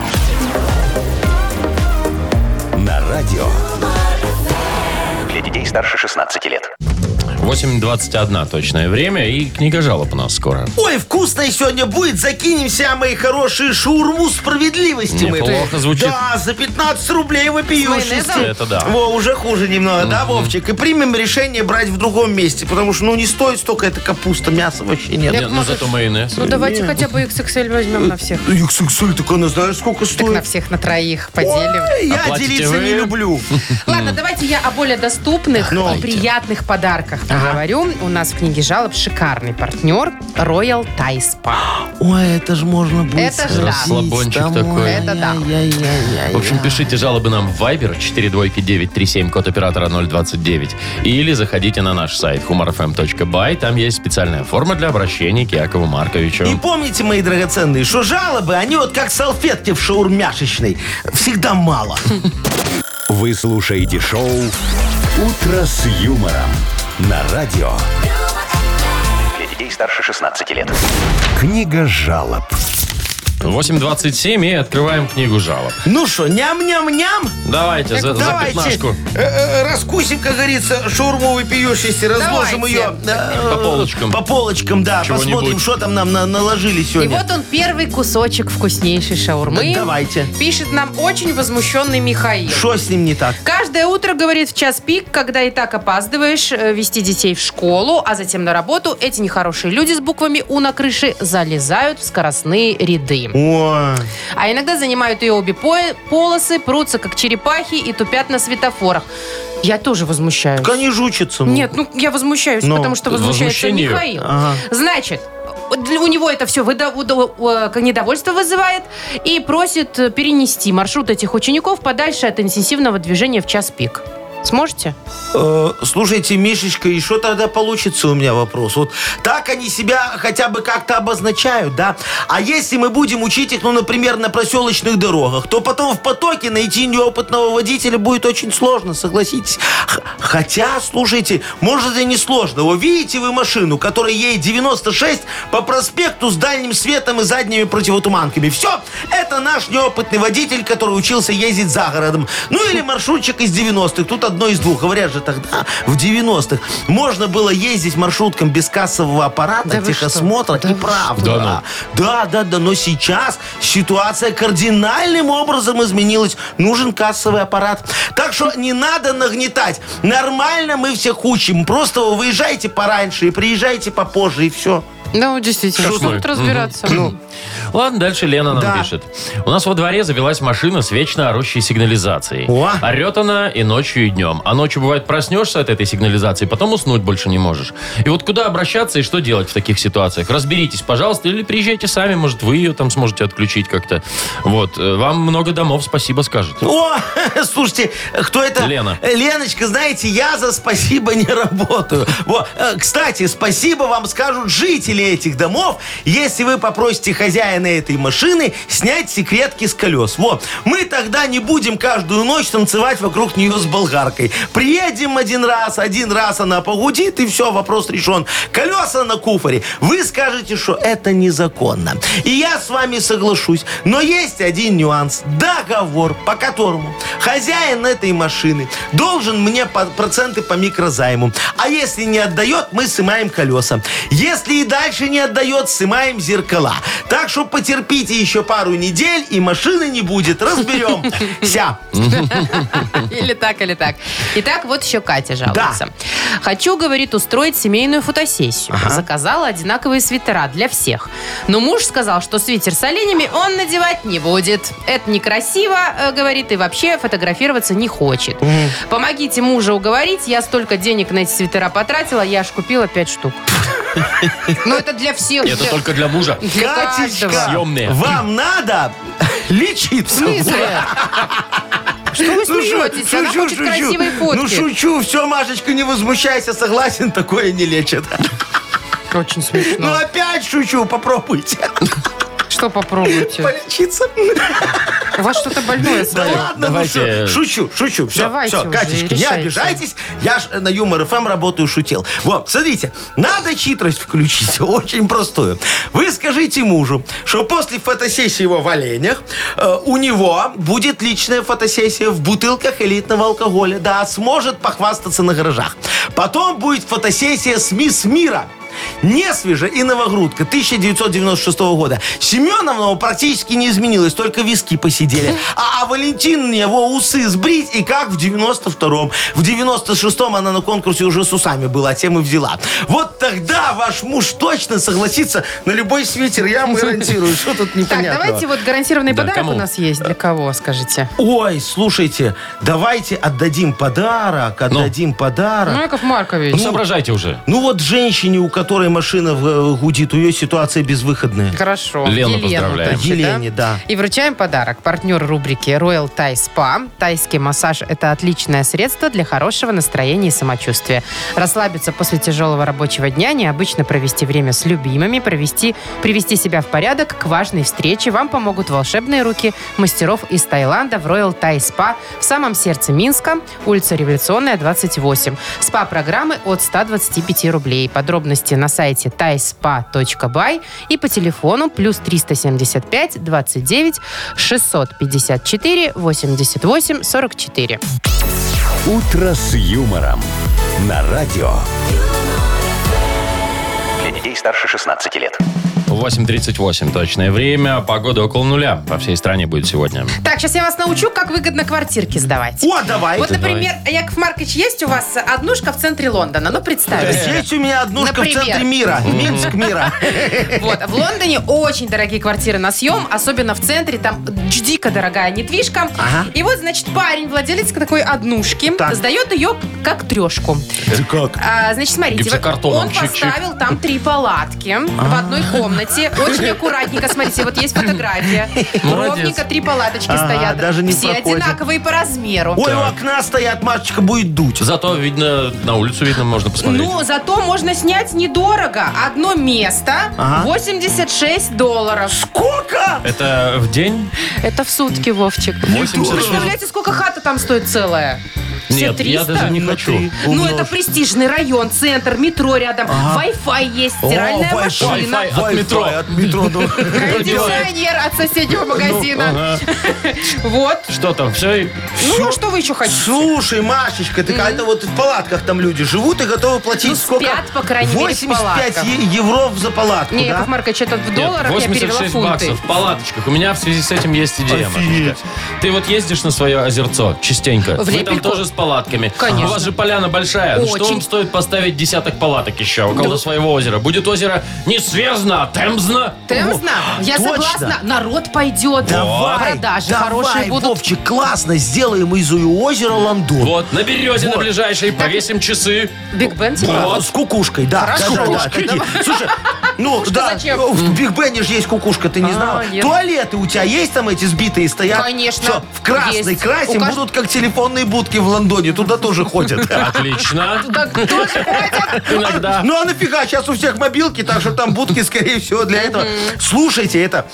S1: На радио
S5: Для детей старше 16 лет.
S2: 8:21 точное время, и книга жалоб у нас скоро.
S4: Ой, вкусная сегодня будет. Закинемся, мои хорошие, шаурму справедливости. мы.
S2: Неплохо звучит.
S4: Да, за 15 рублей
S3: С
S4: вопиющести.
S3: майонезом?
S2: Это да.
S4: Во, уже хуже немного, да, Вовчик? И примем решение брать в другом месте, потому что, ну, не стоит столько эта капуста, мяса вообще нет.
S2: Нет, ну зато майонез.
S3: Ну, давайте хотя бы XXL возьмем на всех.
S4: XXL, так она знаешь, сколько
S3: Так на
S4: стоит?
S3: всех на троих поделим.
S4: Ой, я
S2: Оплатите
S4: делиться
S2: вы?
S4: не люблю.
S3: Ладно, давайте я о более доступных
S4: Ну.
S3: и приятных подарках поговорю. У нас в книге жалоб шикарный партнер Royal Thai Spa.
S4: Ой, это же можно будет
S3: Это ж да.
S2: Расслабончик такой.
S3: Это да.
S2: В общем, пишите жалобы нам в Viber 42937, код оператора 029. Или заходите на наш сайт humorfm.by. Там есть специальная форма для обращения к Якову Марковичу.
S4: И помните, мои драгоценные, что жалобы, они вот как салфетки в шаурмяшечной. Всегда мало.
S1: вы слушаете шоу «Утро с юмором». На радио
S5: Для детей старше 16 лет.
S1: «Книга жалоб».
S2: 8:27 и открываем книгу жалоб.
S4: Ну что, ням-ням-ням?
S2: Давайте, за
S4: Давайте
S2: пятнашку.
S4: раскусим, как говорится, шаурму вопиющейся, разложим
S3: Давайте.
S4: ее
S2: По полочкам.
S4: По полочкам, да.
S2: Чего-нибудь.
S4: Посмотрим, что там нам наложили
S3: И
S4: сегодня.
S3: вот он, первый кусочек вкуснейшей шаурмы.
S4: Давайте.
S3: Пишет нам очень возмущенный Михаил.
S4: Что с ним не так?
S3: Каждое утро, говорит, в час пик, когда и так опаздываешь вести детей в школу, а затем на работу, эти нехорошие люди с буквами «У» на крыше залезают в скоростные ряды.
S4: Ой.
S3: А иногда занимают ее обе полосы, прутся как черепахи и тупят на светофорах. Я тоже возмущаюсь.
S4: Так они жучатся. ну.
S3: Нет, ну я возмущаюсь,
S4: Ну,
S3: потому что возмущается
S2: возмущение.
S3: Михаил.
S4: Ага.
S3: Значит, у него это все недовольство вызывает и просит перенести маршрут этих учеников подальше от интенсивного движения в час пик. Сможете?
S4: Слушайте, Мишечка, и что тогда получится у меня вопрос? Вот так они себя хотя бы как-то обозначают, да? А если мы будем учить их, ну, например, на проселочных дорогах, то потом в потоке найти неопытного водителя будет очень сложно, согласитесь? Хотя, слушайте, может и не сложно. Вы видите вы машину, которая едет 96 по проспекту с дальним светом и задними противотуманками. Все, это наш неопытный водитель, который учился ездить за городом. Ну или маршрутчик из 90-х. Тут одно из двух. Говорят же тогда, в 90-х, можно было ездить маршруткам без кассового аппарата,
S3: Да вы
S4: техосмотра,
S3: что?
S4: и
S3: Да вы
S4: правда. Да, но сейчас ситуация кардинальным образом изменилась. Нужен кассовый аппарат. Так что не надо нагнетать. Нормально мы всех учим. Просто вы выезжайте пораньше и приезжайте попозже, и все.
S3: Ну, действительно,
S2: Как
S3: что
S2: мы.
S3: тут разбираться?
S2: Ладно, дальше Лена нам
S4: Да.
S2: пишет. У нас во дворе завелась машина с вечно орущей сигнализацией.
S4: О.
S2: Орет она и ночью, и днем. А ночью, бывает, проснешься от этой сигнализации, потом уснуть больше не можешь. И вот куда обращаться и что делать в таких ситуациях? Разберитесь, пожалуйста, или приезжайте сами, может, вы ее там сможете отключить как-то. Вот. Вам много домов спасибо скажет.
S4: О, слушайте, кто это?
S2: Лена.
S4: Леночка, знаете, я за спасибо не работаю. Вот, кстати, спасибо вам скажут жители этих домов, если вы попросите хозяина этой машины снять секретки с колес. Вот, мы тогда не будем каждую ночь танцевать вокруг нее с болгаркой. Приедем один раз она погудит, и все, вопрос решен. Колеса на куфоре. Вы скажете, что это незаконно. И я с вами соглашусь. Но есть один нюанс. Договор, по которому хозяин этой машины должен мне проценты по микрозайму. А если не отдает, мы снимаем колеса. Если и дальше не отдает, снимаем зеркала. Так что потерпите еще пару недель, и машины не будет. Разберем. Вся.
S3: Или так, или так. Итак, вот еще Катя жалуется. Хочу, говорит, устроить семейную фотосессию. Заказала одинаковые свитера для всех. Но муж сказал, что свитер с оленями он надевать не будет. Это некрасиво, говорит, и вообще фотографироваться не хочет. Помогите мужа уговорить. Я столько денег на эти свитера потратила, я аж купила 5 штук. Ну, это для всех.
S2: Это только для мужа.
S3: Для
S4: Катечка,
S3: каждого.
S2: Съемные.
S4: вам надо
S3: В
S4: лечиться.
S3: смысле? Что вы смеетесь? Она хочет красивые фотки.
S4: Ну, шучу. Все, Машечка, не возмущайся. Согласен, такое не лечат.
S3: Очень
S4: Ну,
S3: смешно.
S4: опять шучу. Попробуйте
S3: Что попробуйте?
S4: полечиться.
S3: У вас что-то больное
S4: Да
S3: свое.
S4: ладно,
S2: давайте.
S4: ну шучу. Все,
S3: Давайте уже,
S4: Катечка, не
S3: решайте.
S4: обижайтесь. Я ж на Юмор ФМ работаю, шутил. Вот, смотрите, надо хитрость включить, очень простую. Вы скажите мужу, что после фотосессии его в оленях у него будет личная фотосессия в бутылках элитного алкоголя. Да, сможет похвастаться на гаражах. Потом будет фотосессия с мисс Мира. Несвежа и новогрудка 1996 года. Семеновна практически не изменилась, только виски посидели. А Валентин его усы сбрить, и как в 92-м. В 96-м она на конкурсе уже с усами была, тем и взяла. Вот тогда ваш муж точно согласится на любой свитер, я вам гарантирую. Что тут
S3: Так,
S4: непонятного?
S3: давайте вот гарантированный
S2: Да,
S3: подарок
S2: кому?
S3: у нас есть. Для кого, скажите?
S4: Ой, слушайте, давайте отдадим подарок,
S3: Ну, Яков Маркович.
S2: Соображайте уже.
S4: Ну вот женщине, у которой машина гудит, у ее ситуация безвыходная.
S3: Хорошо.
S2: Лену поздравляем.
S3: значит,
S4: Елене, да.
S3: И вручаем подарок. Партнер рубрики Royal Thai Spa. Тайский массаж – это отличное средство для хорошего настроения и самочувствия. Расслабиться после тяжелого рабочего дня, необычно провести время с любимыми, привести себя в порядок к важной встрече вам помогут волшебные руки мастеров из Таиланда в Royal Thai Spa в самом сердце Минска, улица Революционная, 28. СПА-программы от 125 рублей. Подробности на сайте thaispa.by и по телефону плюс 375 29 654 88 44.
S1: «Утро с юмором» на радио.
S5: Для детей старше 16 лет.
S2: 8:38 точное время. Погода около нуля по всей стране будет сегодня.
S3: Так, сейчас я вас научу, как выгодно квартирки сдавать.
S4: О, давай.
S3: Вот, например, Яков Маркович, есть у вас однушка в центре Лондона? Ну, представьте.
S4: Есть у меня однушка
S3: Например.
S4: в центре мира. Минск мира.
S3: Вот, в Лондоне очень дорогие квартиры на съем, особенно в центре, там дико дорогая недвижка.
S4: Ага.
S3: И вот, значит, парень, владелец такой однушки,
S4: Так.
S3: сдает ее как трешку.
S4: Это как?
S3: Значит, смотрите, вот
S2: Гипсокартоном
S3: он
S2: чик-чик.
S3: поставил там 3 палатки в одной комнате. палате. Очень аккуратненько. Смотрите, вот есть фотография.
S2: Молодец.
S3: Ровненько 3 палаточки
S4: Ага,
S3: стоят.
S4: даже не
S3: Все
S4: проходят.
S3: одинаковые по размеру.
S4: Ой, у окна стоят, Машечка, будет дуть.
S2: Зато видно, на улицу видно, можно посмотреть.
S3: Ну, зато можно снять недорого. Одно место
S4: Ага.
S3: $86.
S4: Сколько?
S2: Это в день?
S3: Это в сутки, Вовчик. Вы
S2: 86.
S3: представляете, сколько хата там стоит целая? Все
S2: Нет, я
S3: 300?
S2: даже не хочу.
S3: Ну, это престижный район, центр, метро рядом. Wi-Fi есть, стиральная
S4: Wi-Fi.
S3: машина.
S2: Wi-Fi. От метро.
S4: От метро, ну.
S3: Кондиционер от соседнего магазина. Вот.
S2: Что там, все?
S3: Ну, а что вы еще хотите?
S4: Слушай, Машечка, ты это вот в палатках там люди живут и готовы платить
S3: Ну,
S4: сколько?
S3: спят, по крайней мере, в
S4: 85
S3: палатках.
S4: евро за палатку,
S3: Не,
S4: да?
S3: Яков Маркович, это в долларах я перевела
S2: 86
S3: фунты.
S2: баксов в палаточках. У меня в связи с этим есть идея,
S4: Офигеть.
S2: Машечка. Ты вот ездишь на свое озерцо частенько.
S3: В
S2: Вы там
S3: Лепельку?
S2: тоже с палатками.
S3: Конечно.
S2: У вас же поляна большая. Ну, что
S3: Очень.
S2: вам стоит поставить десяток палаток еще около своего озера? Будет озеро не Свезно, а Темзно.
S3: Темзно? Я
S4: точно.
S3: согласна. Народ пойдет.
S4: Давай,
S3: Продажи
S4: давай,
S3: хорошие будут.
S4: Вовчик, классно, сделаем из озера Лондон.
S2: Вот, на березе на ближайшей повесим часы.
S3: Биг Бен типа?
S2: Вот.
S4: С кукушкой, да.
S3: Хорошо.
S4: Да, да, да, такие. Слушай, ну да,
S3: зачем?
S4: в Биг Бене же есть кукушка, ты не знала?
S3: нет.
S4: Туалеты у тебя есть там эти сбитые стоят?
S3: Конечно.
S4: Все, в красный
S3: Есть.
S4: красим,
S3: У кажд-
S4: будут как телефонные будки в Лондоне, туда тоже ходят.
S2: Отлично.
S3: Так тоже ходят.
S2: Иногда.
S4: Ну а нафига, сейчас у всех мобилки, так что там будки, скорее всего, для этого. Слушайте, это...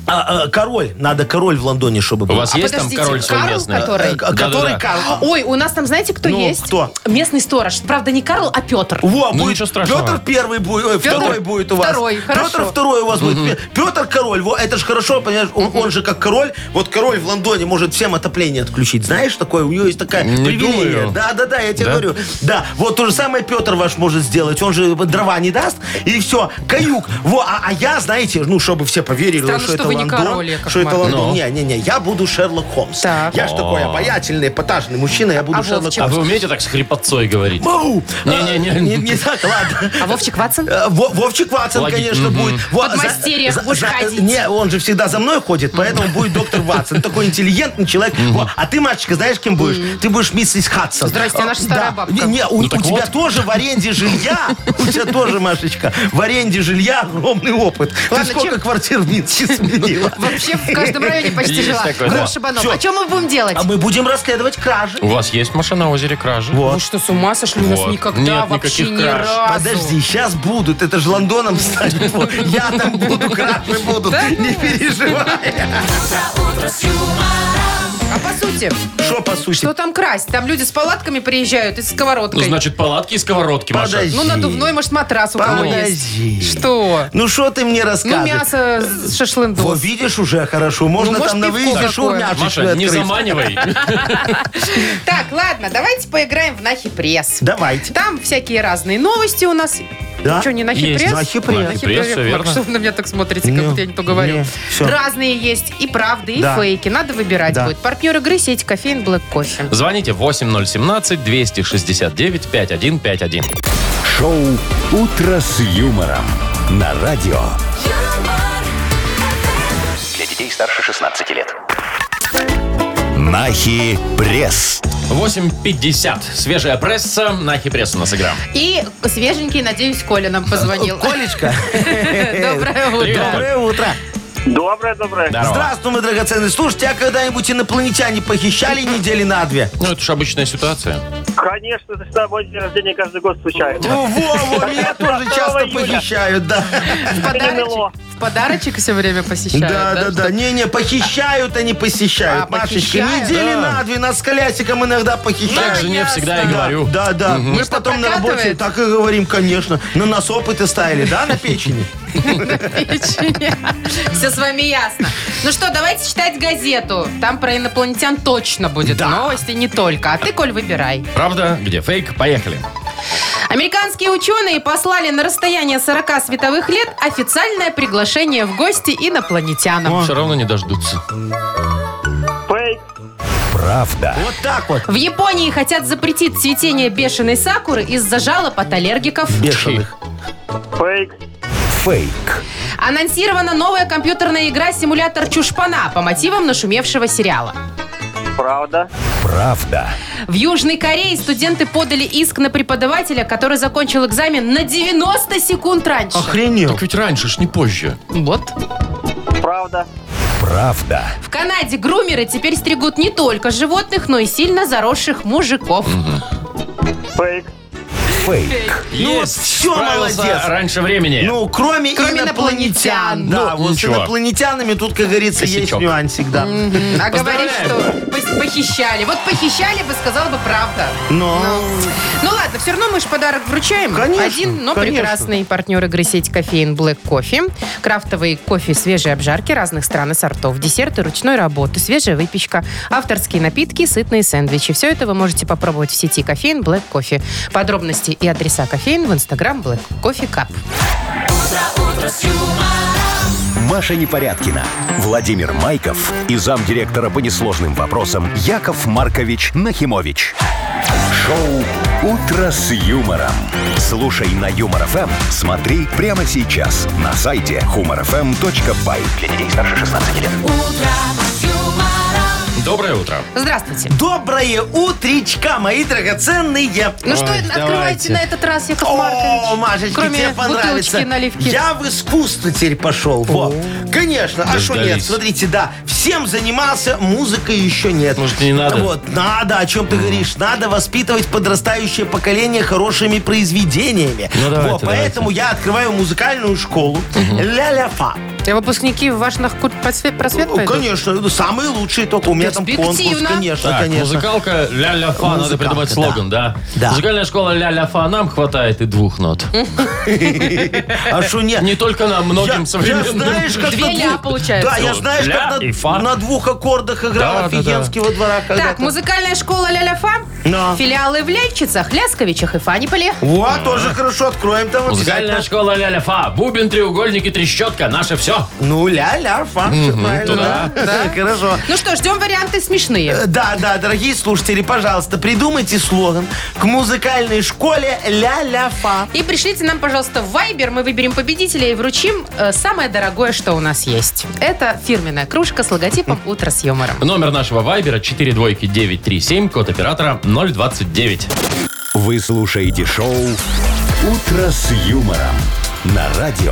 S4: король, надо король в Лондоне, чтобы
S2: У
S4: был.
S2: вас есть там
S3: подождите,
S2: король свой
S3: Карл,
S2: местный?
S3: который?
S4: Который
S2: Да-да-да.
S4: Карл.
S3: Ой, у нас там знаете, кто
S4: Ну,
S3: есть?
S4: кто?
S3: Местный сторож. Правда, не Карл, а Петр.
S4: Во,
S2: Ну,
S4: будет
S2: ничего страшного.
S4: Петр первый будет, второй будет у вас.
S3: второй, хорошо.
S4: Петр второй у вас будет. Петр король, во, это же хорошо, понимаешь, он же как король. Вот король в Лондоне может всем отопление отключить. Знаешь такое? У него есть такая
S2: Не
S4: привилегия.
S2: думаю.
S4: Да, я тебе
S2: Да?
S4: говорю. Да, вот то же самое Петр ваш может сделать. Он же дрова не даст, и все, каюк. Во, а я, знаете, ну, чтобы все поверили,
S3: Странно,
S4: что
S3: что
S4: это
S3: вы не
S4: Лондон.
S3: король, Яков
S4: Что это
S3: Маркович.
S4: Лондон.
S2: Ну.
S4: Не, я буду Шерлок Холмс.
S3: Так.
S4: Я же такой обаятельный, эпатажный мужчина, я буду
S3: А
S4: Шерлок
S3: Вовчик?
S2: А
S4: Холмс.
S2: вы умеете так с хрипотцой говорить?
S4: Мау!
S2: Не-не-не.
S4: Не так, ладно.
S3: А Вовчик Ватсон?
S4: Вовчик Ватсон,
S2: Логично.
S4: конечно, будет. Во,
S3: Подмастерье будешь ходить.
S4: Не, он же всегда за мной ходит, поэтому будет доктор Ватсон. Такой интеллигентный человек. Во, а ты, Машечка, знаешь, кем будешь? Ты будешь миссис Хадсон.
S3: Здрасте, наша старая бабка.
S4: Не, у
S2: так
S4: тебя
S2: вот.
S4: тоже в аренде жилья, у тебя тоже, Машечка, в аренде жилья огромный опыт. Ты
S3: Ладно,
S4: сколько
S3: чем-
S4: квартир в Минске сменила?
S3: Вообще в каждом районе почти
S2: Есть
S3: жила.
S2: такое, да.
S3: Шибанов.
S4: Всё.
S3: А что мы будем делать?
S4: А мы будем расследовать кражи.
S2: У вас есть машина на озере Кражи?
S3: Вы что, с ума сошли? У нас
S2: Вот.
S3: никогда
S2: Нет
S3: вообще
S2: никаких
S3: ни
S2: краж.
S3: разу.
S4: Подожди, сейчас будут. Это же Лондоном станет. Вот. Я там буду, кражи будут. Не переживай.
S3: А по сути,
S4: Что по сути?
S3: что там красть? Там люди с палатками приезжают и с сковородкой.
S2: Ну, значит, палатки и сковородки, Маша.
S4: Подожди.
S3: Ну, надувной, может, матрас у кого есть.
S4: Подожди.
S3: Что?
S4: Ну, что ты мне
S3: Ну,
S4: рассказываешь?
S3: мясо с шашлындос.
S4: Вот видишь, уже хорошо. Можно
S3: может,
S4: там на
S3: пивко
S4: выезде
S3: какое.
S4: шурмяшечку
S2: Маша, не
S4: открыть.
S2: заманивай.
S3: Так, ладно, давайте поиграем в Нахи Пресс.
S4: Давайте.
S3: Там всякие разные новости у нас.
S4: Да?
S3: Что, не Нахи
S2: Есть.
S3: Пресс?
S4: Нахи Пресс.
S2: Нахи Пресс, всё верно.
S3: Что вы на меня так смотрите, как
S4: Не,
S3: будто я не то говорю?
S4: не, всё.
S3: Разные есть и правды, и
S4: Да.
S3: фейки. Надо выбирать
S4: Да.
S3: будет. Партнер игры — сеть кофеин Black Coffee.
S2: Звоните 8017-269-5151.
S1: Шоу «Утро с юмором» на радио.
S5: Для детей старше 16 лет.
S1: Нахи Пресс.
S2: 8:50. Свежая пресса. Нахи пресс у нас игра.
S3: И свеженький, надеюсь, Коля нам позвонил.
S4: Колечка.
S3: Доброе утро.
S2: Привет.
S4: Доброе утро.
S6: Доброе.
S2: Здорово.
S4: Здравствуй, мой драгоценный. Слушай, тебя когда-нибудь инопланетяне похищали недели на 2?
S2: Ну, это же обычная ситуация.
S6: Конечно, это всегда мой день рождения каждый год случается.
S4: Во, меня тоже часто
S6: 2 июля.
S4: похищают, да.
S6: НЛО.
S3: В подарочек все время посещают.
S4: Да. Не, похищают, а не посещают.
S3: А,
S4: Машечка,
S3: похищают?
S4: недели
S2: Да.
S4: на 2 нас с колясиком иногда
S2: Так
S4: похищают.
S2: жене
S3: ясно.
S2: всегда и говорю.
S4: Да. Мы
S3: И
S4: ж
S3: что,
S4: потом на работе
S3: прокатывает?
S4: так и говорим, конечно. На нас опыты ставили, да, на печени?
S3: Все с вами ясно. Ну что, давайте читать газету. Там про инопланетян точно будет
S4: Да.
S3: новости, не только. А ты, Коль, выбирай.
S2: Правда? Где фейк? Поехали.
S3: Американские ученые послали на расстояние 40 световых лет официальное приглашение в гости инопланетянам.
S2: Все равно не дождутся.
S6: Фейк.
S1: Правда.
S4: Вот так вот.
S3: В Японии хотят запретить цветение бешеной сакуры из-за жалоб от аллергиков.
S4: Бешеных.
S6: Фейк.
S1: Фейк.
S3: Анонсирована новая компьютерная игра «Симулятор Чушпана» по мотивам нашумевшего сериала.
S6: Правда.
S1: Правда.
S3: В Южной Корее студенты подали иск на преподавателя, который закончил экзамен на 90 секунд раньше.
S4: Охренел.
S2: Так ведь раньше ж не позже.
S3: Вот.
S6: Правда.
S1: Правда.
S3: В Канаде грумеры теперь стригут не только животных, но и сильно заросших мужиков.
S6: Фейк.
S1: Фейк.
S4: Ну,
S2: Есть,
S4: всё,
S2: справился
S4: молодец.
S2: раньше времени.
S4: Ну, кроме
S3: инопланетян.
S4: Да,
S2: Ну,
S4: вот с
S2: ничего.
S4: инопланетянами тут, как говорится, есть
S2: Косячок.
S4: нюансик, да.
S3: А говорит, что
S2: Поздравляем.
S3: похищали. Вот похищали бы, сказала бы правда.
S4: Но...
S3: Ну ладно, все равно мы же подарок вручаем.
S4: Конечно,
S3: Один, но
S4: конечно.
S3: прекрасный партнер игры сеть кофеин Black Coffee. Крафтовый кофе свежей обжарки разных стран и сортов. Десерты ручной работы, свежая выпечка, авторские напитки, сытные сэндвичи. Все это вы можете попробовать в сети кофеин Black Coffee. Подробности и адреса кофеин в Instagram Black Coffee Cup.
S1: Маша Непорядкина, Владимир Майков и замдиректора по несложным вопросам Яков Маркович Нахимович. Шоу «Утро с юмором». Слушай на Юмор ФМ, смотри прямо сейчас на сайте humorfm.by.
S5: Для детей старше 16 лет.
S2: Доброе утро.
S3: Здравствуйте.
S4: Доброе утречка, мои драгоценные.
S3: Ну что,
S2: Ой,
S3: открывайте
S2: давайте.
S3: на этот раз, Яков
S4: О,
S3: Маркович?
S4: Машечка,
S3: Кроме
S4: тебе понравится.
S3: бутылочки, наливки.
S4: Я в искусство теперь пошел. Во. Конечно. А что нет?
S2: Дождались.
S4: Смотрите, да. Всем занимался, музыкой еще нет.
S2: Может, не надо?
S4: Вот, надо, о чем ты говоришь. Надо воспитывать подрастающее поколение хорошими произведениями.
S2: Ну, давайте,
S4: Вот, поэтому я открываю музыкальную школу «Ля-ля-фа».
S3: А выпускники в ваш просвет пойдут?
S4: Конечно, самые лучшие только. У меня там конкурс,
S3: Перспективно.
S4: конечно,
S2: Так,
S4: конечно.
S2: музыкалка ля-ля-фа, надо
S4: Музыкалка,
S2: придумать слоган, да.
S4: Да.
S2: Музыкальная школа ля-ля-фа, нам хватает и 2 нот.
S4: А что нет?
S2: Не только нам, многим
S4: Я
S2: современным.
S4: знаешь, как
S3: Две
S4: на
S3: ля
S4: двух-
S3: получается.
S4: Да, я знаешь,
S2: Ля
S4: как
S2: и фа.
S4: на 2 аккордах играл
S2: Да, да,
S4: офигенски во дворах
S3: Так,
S4: когда-то.
S3: музыкальная школа «Ля-ля-фа».
S4: Но.
S3: Филиалы в Лельчицах, Лясковичах и Фаниполе.
S4: Вот, тоже хорошо, откроем там
S2: Музыкальная
S4: обязательно.
S2: школа ля-ля-фа. Бубен, треугольник и трещотка. Наше все.
S4: Ну, ля-ля-фа, всё правильно,
S2: туда.
S4: да? Хорошо.
S3: Ну что, ждем варианты смешные.
S4: Да, дорогие слушатели, пожалуйста, придумайте слоган к музыкальной школе ля-ля-фа.
S3: И пришлите нам, пожалуйста, в Viber. Мы выберем победителя и вручим самое дорогое, что у нас есть. Это фирменная кружка с логотипом «Утро с юмором».
S2: Номер нашего вайбера 42937, код оператора 029.
S1: Вы слушаете шоу «Утро с юмором» на радио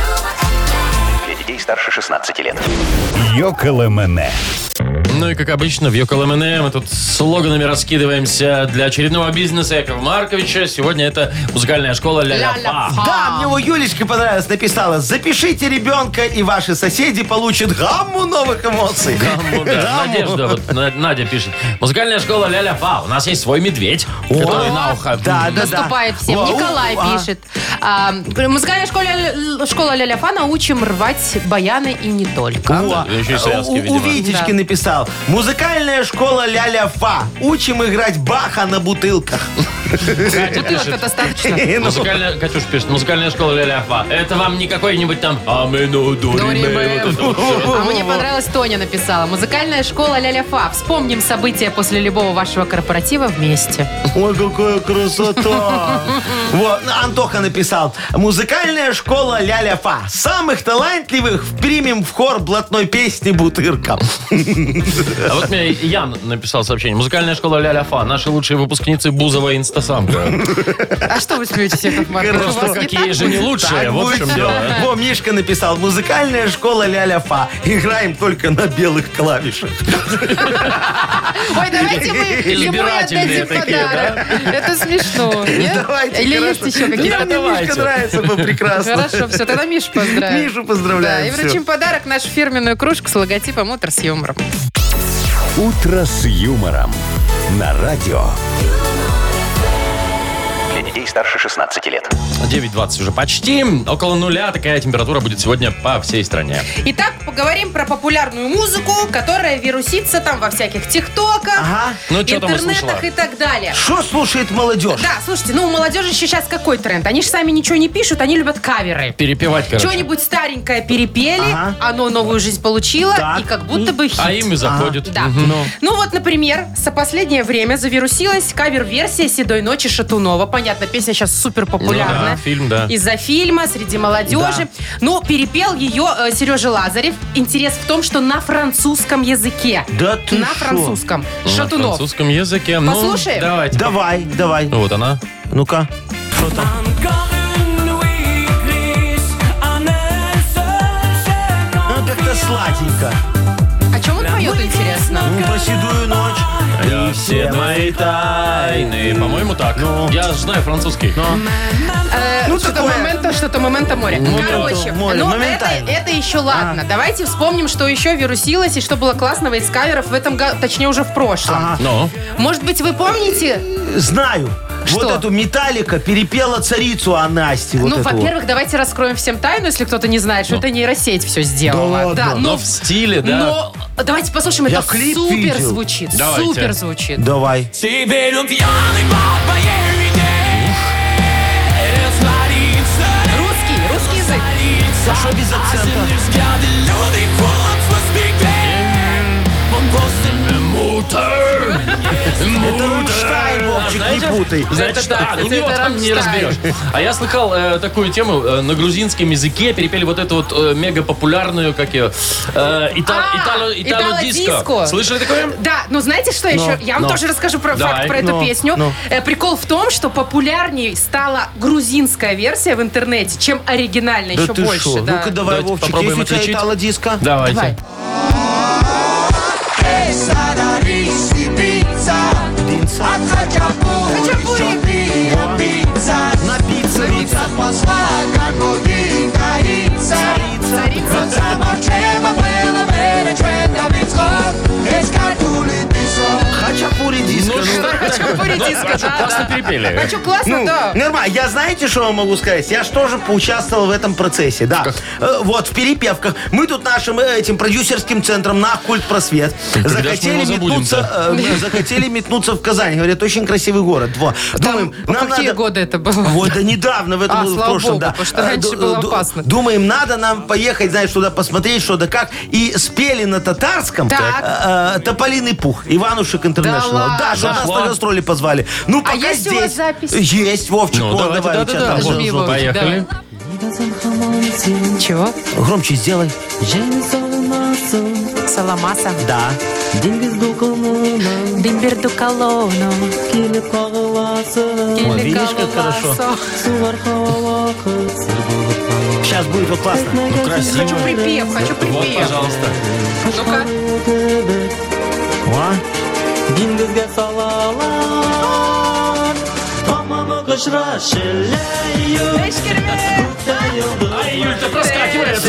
S5: Для детей старше 16 лет.
S1: Йоколэмэне.
S2: Ну и как обычно в ЙоКЛМН мы тут слоганами раскидываемся для очередного бизнеса Якова Марковича. Сегодня это музыкальная школа ля-ля-фа.
S3: Ля-ля-фа.
S4: Да, мне его Юлечка понравилось, написала: запишите ребенка, и ваши соседи получат гамму новых эмоций.
S2: Гамму, да.
S4: Гамму.
S2: Надежда, вот Надя пишет. Музыкальная школа ля-ля-фа. У нас есть свой медведь, который на ухо.
S4: Да.
S3: Наступает всем.
S4: Во,
S3: Николай пишет. Музыкальная школа «Ля-ля-фа» научим рвать баяны и не только.
S4: Во.
S2: Еще и связки,
S4: У
S2: видимо.
S4: Витечки
S3: Да.
S4: написал: музыкальная школа ля-ля-фа. Учим играть Баха на бутылках.
S2: Катя
S3: Бутылок
S2: пишет.
S3: достаточно.
S2: Музыкальная, Катюш пишет, музыкальная школа ля-ля-фа. Это вам не какой-нибудь там амину дуриме. Вот это вот всё.
S3: А мне понравилось, Тоня написала. Музыкальная школа «Ля-ля-фа». Вспомним события после любого вашего корпоратива вместе.
S4: Ой, какая красота! Вот, Антоха написал: музыкальная школа ля-ля-фа. Самых талантливых примем в хор блатной песни «Бутырка».
S2: А вот мне Ян написал сообщение. Музыкальная школа ля-ля-фа. Наши лучшие выпускницы Бузова и Инстасамка.
S3: А что вы смеетесь, Яков Маркович? У
S2: Просто
S3: вас не
S2: какие
S3: так
S2: же не
S3: будет?
S2: лучшие,
S4: Так
S2: вот в
S4: будет
S2: чем
S4: всё.
S2: дело.
S4: Во, Мишка написал: музыкальная школа ля-ля-фа. Играем только на белых клавишах.
S3: Ой, давайте мы ему и
S2: Избирательные
S3: отдадим
S2: такие,
S3: подарок. Это смешно. нет?
S4: Давайте,
S3: Или
S4: хорошо.
S3: есть еще
S4: Да,
S3: какие-то?
S4: мне
S2: давайте.
S4: Мишка нравится, был прекрасно.
S3: Хорошо, все, тогда Мишу поздравим.
S4: Мишу поздравляем,
S3: Да, и
S4: всё.
S3: вручим подарок, нашу фирменную кружку с логотипом «Утро с юмором».
S1: «Утро с юмором» на радио.
S5: Для детей старше 16 лет.
S2: 9:20 уже почти. Около нуля такая температура будет сегодня по всей стране.
S3: Итак, поговорим про популярную музыку, которая вирусится там во всяких тиктоках,
S4: Ага.
S2: Ну, что там услышала?
S3: интернетах и так далее.
S4: Что слушает молодежь?
S3: Да, слушайте, ну у молодежи сейчас какой тренд? Они же сами ничего не пишут, они любят каверы.
S2: Перепевать, короче.
S3: Что-нибудь старенькое перепели,
S4: Ага.
S3: оно новую жизнь получило,
S4: Так.
S3: и как будто бы хит.
S2: А им и заходит.
S3: Да. Ну вот, например, за последнее время завирусилась кавер-версия «Седой ночи» Шатунова. Понятно, понятно, песня сейчас супер популярная.
S2: Ну да, фильм, да.
S3: Из-за фильма, среди молодежи. Ну, перепел ее Сережа Лазарев. Интерес в том, что на французском языке.
S4: Да ты
S3: На
S4: шо?
S3: французском.
S2: На
S3: Шатунов.
S2: французском языке.
S3: Послушаем?
S2: Ну, давайте.
S4: Давай.
S2: Вот она.
S4: Ну-ка. Что там? Ну, как-то сладенько.
S3: О чем он поет, интересно?
S4: Ну, про седую ночь.
S2: Я все мои тайны. По-моему, так. Я же знаю французский.
S4: Ну,
S3: Что-то момента моря. Короче,
S4: море,
S3: ну,
S4: моментально.
S3: это еще ладно. Давайте вспомним, что еще вирусилось и что было классного из каверов в этом году, точнее, уже в прошлом.
S4: Ага.
S2: Ну,
S3: Может быть, вы помните?
S4: Знаю.
S3: Что?
S4: Вот эту Металлика перепела царицу Анасти. Вот
S3: Ну,
S4: эту вот.
S3: во-первых, давайте раскроем всем тайну, если кто-то не знает, что это нейросеть все сделала.
S4: Да ладно?
S2: но в стиле, да.
S3: Но давайте послушаем,
S4: Я
S3: это
S4: клип
S3: супер
S4: видел.
S3: звучит.
S2: Давайте.
S3: Супер звучит.
S4: Давай.
S3: Русский язык.
S4: А что без акцента? Это Рамштайн, Вовчик, не путай.
S2: Знаете
S3: Это
S2: что?
S3: да,
S2: Ну,
S3: это
S2: его там не
S3: Рамштайн.
S2: разберешь. А я слыхал такую тему. На грузинском языке перепели вот эту вот мега популярную, как ее, итало-диско.
S3: итало-диско.
S2: Слышали такое?
S3: Да, ну знаете что еще? Я вам тоже расскажу про
S2: Давай.
S3: факт про эту песню. Прикол в том, что популярней стала грузинская версия в интернете, чем оригинальная,
S4: Да
S3: еще
S4: ты
S3: больше.
S4: шо?
S3: Да.
S4: Ну-ка давай,
S2: Давайте
S4: Вовчик,
S2: попробуем
S4: есть у тебя
S2: отличить.
S4: итало-диско?
S2: Давайте.
S3: Давай.
S4: Пинца. Хачапури диско.
S3: Хачапури диско, да,
S2: Классно
S3: да.
S2: перепели.
S3: Хочу классно,
S4: Ну,
S3: да.
S4: нормально. Я знаете, что вам могу сказать? Я же тоже поучаствовал в этом процессе, да. Вот, в перепевках. Мы тут нашим этим продюсерским центром на Культпросвет
S2: Когда ж мы его забудем-то?
S4: захотели метнуться в Казань. Говорят, очень красивый город. Во. Думаем,
S3: В
S4: нам
S3: какие
S4: надо...
S3: годы это было?
S4: Вот, да недавно, в этом
S3: А,
S4: году, в
S3: слава
S4: прошлом,
S3: богу,
S4: да.
S3: потому что раньше было опасно.
S4: Думаем, надо нам поехать, знаешь, туда посмотреть, что да как. И спели на татарском
S3: Так.
S4: «Тополиный пух», Иванушек Интернешнл.
S3: ладно?
S4: Да, что нас
S2: Зашло?
S4: на гастроли позвали. Ну, пока
S3: есть у
S4: здесь.
S3: вас запись?
S4: Есть, Вовчик.
S2: Ну,
S4: вон,
S2: давайте,
S4: давай,
S2: да-да-да.
S4: у тебя там
S3: Жми,
S4: желтый.
S3: Вовчик,
S2: Поехали.
S3: Чего?
S4: Громче сделай.
S3: Саламаса.
S4: Да.
S3: Бимберду колону.
S4: Ой, видишь, как хорошо. Сейчас будет вот классно.
S2: Ну, красиво.
S3: Хочу припев, хочу
S2: Вот,
S3: припев.
S2: пожалуйста.
S3: Ну-ка.
S4: О,
S2: Ай, Юль, ты проскакивает.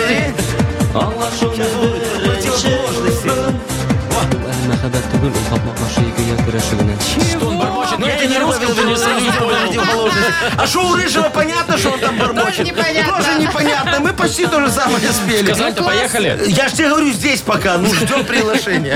S2: Что он бормочет?
S4: ну
S2: Я
S4: это не
S2: русском
S4: русском,
S2: не сразу понял.
S4: А что у Рыжего понятно, что он там бормочет?
S3: Тоже непонятно.
S4: Тоже непонятно. Мы почти то же самое спели.
S2: Казань-то поехали.
S4: Я ж тебе говорю, здесь пока. Ну, ждем приглашения.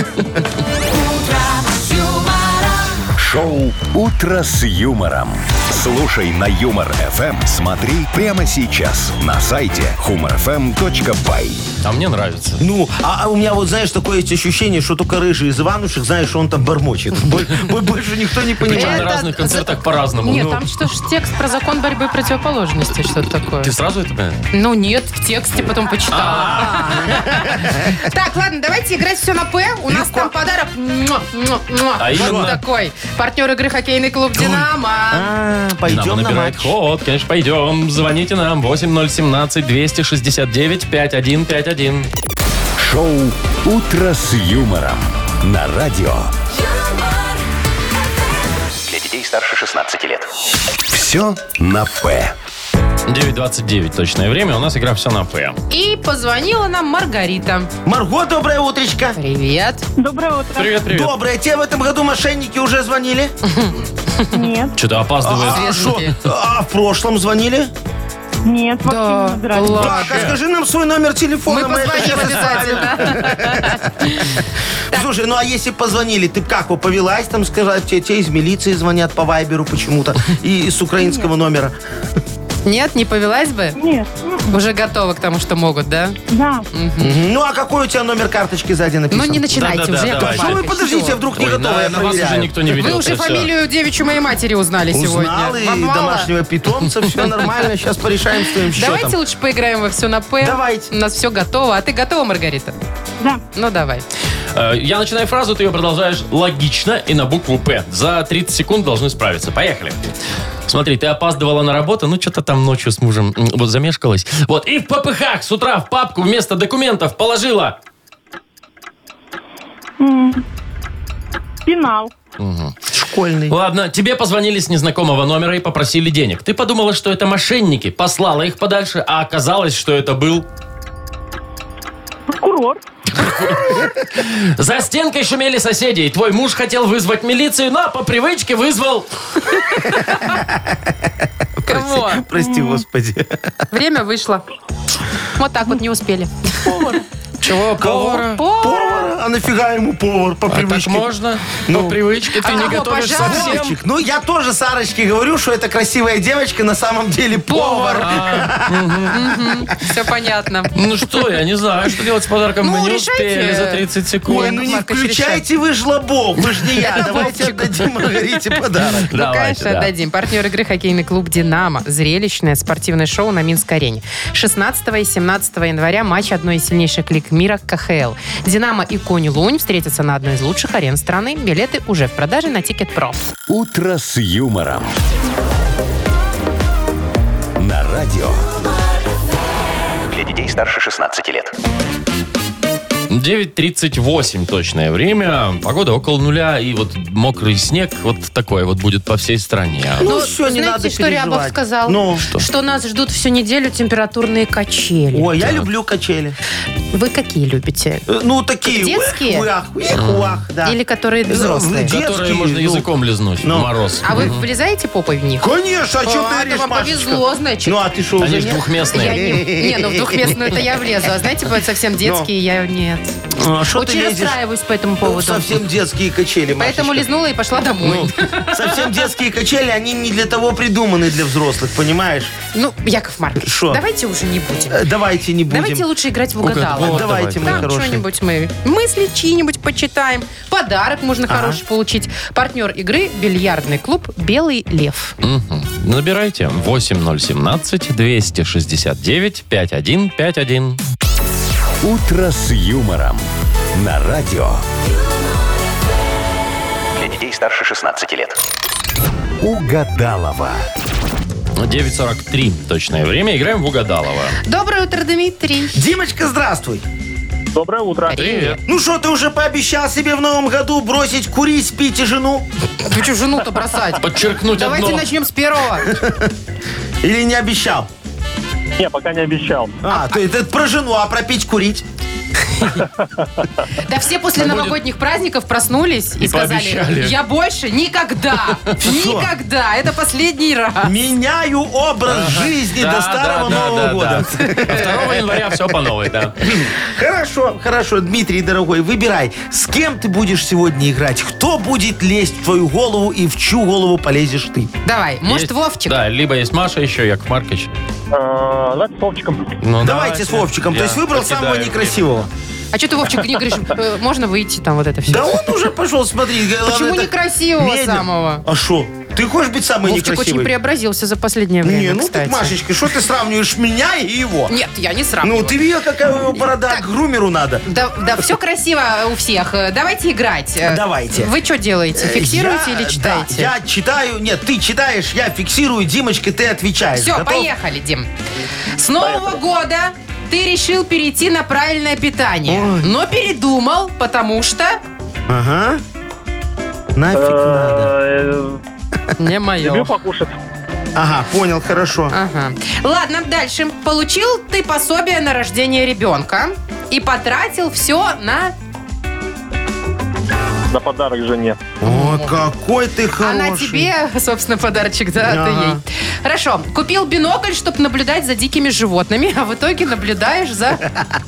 S1: Шоу «Утро с юмором». Слушай на Юмор ФМ. Смотри прямо сейчас на сайте humorfm.by.
S2: А мне нравится.
S4: Ну, а у меня вот, знаешь, такое есть ощущение, что только Рыжий из Иванушек, знаешь, он там бормочет. Больше никто не
S2: Причем
S4: понимает.
S2: на разных концертах по-разному.
S3: Нет,
S2: Ну,
S3: там что ж текст про закон борьбы противоположности, что-то такое.
S2: Ты сразу это понял?
S3: Ну нет, в тексте потом почитала. Так, ладно, давайте играть все на П. У нас там подарок.
S2: А именно?
S3: Вот такой. Партнер игры хоккейный клуб «Динамо».
S4: Пойдем
S2: Динамо
S4: на
S2: набирает
S4: матч.
S2: ход. Конечно, пойдем. Звоните нам 8017-269-5151.
S1: Шоу «Утро с юмором» на радио.
S5: Для детей старше 16 лет.
S1: Все на «П».
S2: 9:29 точное время. У нас игра «Все на П».
S3: И позвонила нам Маргарита.
S4: Марго, доброе утречко.
S3: Привет.
S7: Доброе утро.
S2: Привет, привет.
S4: Доброе. Тебе в этом году мошенники уже звонили?
S7: Нет,
S2: Что-то опаздывает.
S4: А
S3: Свеженькие.
S4: шо? А в прошлом звонили?
S7: нет, вообще
S3: Да,
S7: не набирали.
S3: ладно.
S4: Так, а скажи нам свой номер телефона.
S3: Мы
S4: это
S3: позвоним
S4: сейчас оставим.
S3: обязательно.
S4: Слушай, ну а если позвонили, ты как, вот повелась там сказать, тебе из милиции звонят по вайберу почему-то и с украинского номера?
S3: Нет, не повелась бы?
S7: Нет.
S3: Уже готова к тому, что могут, да?
S7: Да.
S4: Ну, а какой у тебя номер карточки сзади написан?
S3: Ну, не начинайте
S2: Да-да-да,
S3: уже, Яков
S2: давайте.
S4: Что вы,
S3: Маркович,
S4: подождите,
S3: что?
S4: вдруг не
S2: Ой,
S4: готовы, я
S2: на вас уже
S4: проверяю.
S2: никто не видел.
S3: Вы уже
S2: это всё.
S3: фамилию девичью моей матери узнали сегодня.
S4: Узнал, и
S3: Вам мало?
S4: домашнего питомца, все нормально, сейчас порешаем с твоим счетом.
S3: Давайте лучше поиграем во все на П.
S4: Давайте.
S3: У нас все готово. А ты готова, Маргарита?
S7: Да.
S3: Ну, давай.
S2: Я начинаю фразу, ты ее продолжаешь логично и на букву «П». За 30 секунд должны справиться. Поехали. Смотри, ты опаздывала на работу, ну что-то там ночью с мужем вот замешкалась. Вот, и в попыхах с утра в папку вместо документов положила...
S7: Пенал.
S4: Школьный.
S2: Ладно, тебе позвонили с незнакомого номера и попросили денег. Ты подумала, что это мошенники, послала их подальше, а оказалось, что это был...
S7: Курорт.
S2: За стенкой шумели соседи, и твой муж хотел вызвать милицию, но по привычке вызвал...
S3: Кого?
S4: Прости, господи.
S3: Время вышло. Вот так вот не успели.
S2: Чего? Повара?
S4: Повар? А нафига ему повар по
S2: А так
S4: привычке?
S2: можно?
S4: Ну.
S2: По привычке ты
S3: А
S2: не
S3: кого,
S2: готовишь
S3: пожарных?
S2: совсем?
S4: Вовчик, ну я тоже Сарочке говорю, что это красивая девочка, на самом деле повар.
S3: Все понятно.
S2: Ну что, я не знаю, что делать с подарком.
S3: Ну,
S2: Мы не
S3: решайте.
S2: успели за 30 секунд.
S4: Ой, ну не
S3: Маркович,
S4: включайте вы жлобов, вы ж не я. Давайте
S3: Вовчик.
S4: отдадим Маргарите подарок.
S3: Ну,
S2: Давайте,
S3: конечно,
S2: да.
S3: отдадим. Партнер игры хоккейный клуб «Динамо». Зрелищное спортивное шоу на Минской арене. 16 и 17 января матч одной из сильнейших лиг мира КХЛ. «Динамо» и «Конь-Лунь» встретятся на одной из лучших арен страны. Билеты уже в продаже на Тикет.Про.
S1: «Утро с юмором». На радио.
S5: Для детей старше 16 лет.
S2: 9:38 точное время. Погода около нуля. И вот мокрый снег. Вот такой вот будет по всей стране.
S4: Ну, все, не
S3: знаете,
S4: надо
S3: что Рябов
S4: переживать.
S3: сказал?
S4: Ну,
S3: Что нас ждут всю неделю температурные качели.
S4: ой, я люблю качели.
S3: Вы какие любите?
S4: Ну, такие.
S3: Детские?
S4: Уах, да.
S3: Или которые взрослые?
S4: Детские,
S2: Которые можно
S4: ну.
S2: языком лизнуть в
S4: Ну.
S2: мороз.
S3: А вы влезаете попой в них?
S4: Конечно, а что ты
S3: это
S4: говоришь,
S3: вам
S4: Машечка?
S3: повезло, значит.
S4: Ну, а ты что,
S2: Они
S4: уже
S2: же
S4: нет?
S2: двухместные.
S3: Я не, ну в двухместную это я влезу. А знаете, бывают совсем детские, я нет.
S4: А, шо ты
S3: Очень
S4: лезешь?
S3: расстраиваюсь по этому
S4: Ну,
S3: поводу.
S4: совсем детские качели,
S3: Поэтому
S4: Машечка.
S3: лизнула и пошла домой.
S4: Ну, совсем детские качели, они не для того придуманы, для взрослых, понимаешь?
S3: Ну, Яков Маркович,
S4: Шо?
S3: давайте уже не будем.
S4: Давайте не будем.
S3: Давайте лучше играть в
S2: Вот,
S3: угадалово.
S4: Давайте, мои
S3: Там
S4: хорошие.
S3: что-нибудь мы мысли чьи-нибудь почитаем. Подарок можно хороший получить. Партнер игры – бильярдный клуб «Белый лев».
S2: Мгм. Набирайте 8017-269-5151.
S1: «Утро с юмором». На радио.
S5: Для детей старше 16 лет.
S1: Угадалова.
S2: 9:43 точное время. Играем в Угадалово.
S3: Доброе утро, Дмитрий.
S4: Димочка, здравствуй.
S6: Доброе утро.
S2: Привет.
S4: Ну что, ты уже пообещал себе в новом году бросить курить, пить и жену?
S3: Ты что, жену-то бросать?
S2: Подчеркнуть
S3: Давайте
S2: одно.
S3: начнем с первого.
S4: Или не обещал?
S6: Не, пока не обещал.
S4: То это про жену, а про пить, курить?
S3: Да все после новогодних праздников проснулись и сказали,
S2: пообещали.
S3: я больше никогда, никогда, это последний раз.
S4: Меняю образ жизни до старого Нового года.
S2: А 2 января все по новой, да.
S4: Хорошо, хорошо, Дмитрий, дорогой, выбирай, с кем ты будешь сегодня играть, кто будет лезть в твою голову и в чью голову полезешь ты.
S3: Давай, может,
S2: Есть-
S3: Вовчик?
S2: Да, либо есть Маша еще, Яков Маркович.
S6: Давайте с Вовчиком.
S2: Ну,
S4: Давайте с Вовчиком, то
S2: Я
S4: есть выбрал
S2: покидаю
S4: самого
S2: время.
S4: некрасивого.
S3: А что ты, Вовчик, не говоришь, можно выйти там вот это все?
S4: Да он уже пошел, смотри.
S3: Почему
S4: это
S3: некрасивого
S4: медленно.
S3: самого?
S4: А что? Ты хочешь быть самый
S3: Вовчик очень
S4: некрасивый?
S3: преобразился за последнее время,
S4: Не, ну
S3: кстати.
S4: так, Машечка, что ты сравниваешь меня и его?
S3: Нет, я не сравниваю.
S4: Ну, ты видел, какая у него борода, к грумеру надо.
S3: Да, все красиво у всех. Давайте играть.
S4: Давайте.
S3: Вы что делаете? Фиксируете или читаете?
S4: Да, я читаю. Нет, ты читаешь, я фиксирую. Димочка, ты отвечаешь.
S3: Все,
S4: Готов?
S3: поехали, Дим. С Нового года ты решил перейти на правильное питание.
S4: Ой.
S3: Но передумал, потому что...
S4: Ага. Нафиг надо.
S3: Не
S6: Люблю
S3: мое.
S6: покушать.
S4: Ага, понял, хорошо.
S3: Ага. Ладно, дальше. Получил ты пособие на рождение ребенка и потратил все на...
S6: На подарок жене.
S4: О, какой ты хороший.
S3: Она тебе, собственно, подарочек, да, ты
S4: Ага.
S3: ей. Хорошо. Купил бинокль, чтобы наблюдать за дикими животными, а в итоге наблюдаешь за...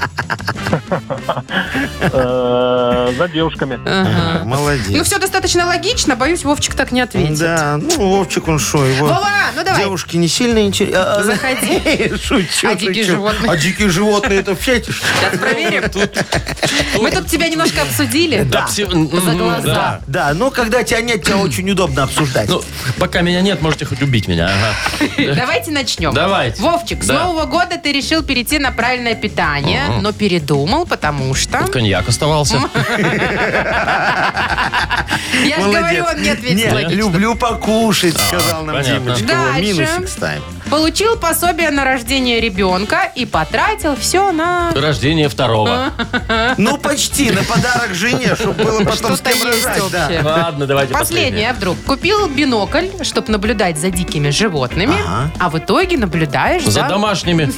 S8: За девушками.
S3: Ага.
S4: Молодец.
S3: Ну, все достаточно логично. Боюсь, Вовчик так не ответит.
S4: Да, ну, Вовчик, он что, его...
S3: Вова, ну давай.
S4: Девушки не сильно интересны.
S3: Заходи.
S4: Шучу,
S3: А дикие
S4: шучу.
S3: животные?
S4: А дикие животные это фетиш.
S3: Сейчас проверим. Мы тут тебя немножко обсудили.
S2: Да, все-
S3: За глаза.
S2: да.
S4: Да, но когда тебя нет, тебя очень удобно обсуждать.
S2: Ну, пока меня нет, можете хоть убить меня. Ага.
S3: Давайте начнем.
S2: Давайте.
S3: Вовчик, с
S2: Да.
S3: Нового года ты решил перейти на правильное питание, но передумал, потому что...
S2: Тут коньяк оставался.
S3: Я же
S4: Молодец.
S3: говорю, он не ответил
S4: Не,
S3: логично.
S4: люблю покушать, сказал нам
S2: понятно.
S4: Димочка.
S3: Дальше.
S4: Минусик ставим.
S3: Получил пособие на рождение ребенка и потратил все на...
S2: Рождение второго.
S4: Ну, почти, на подарок жене, чтобы было потом с
S3: Что-то
S4: кем
S3: есть
S4: рожать. Да.
S3: вообще.
S2: Ладно, давайте
S3: Последнее вдруг. Купил бинокль, чтобы наблюдать за дикими животными,
S4: Ага.
S3: а в итоге наблюдаешь
S2: За домашними.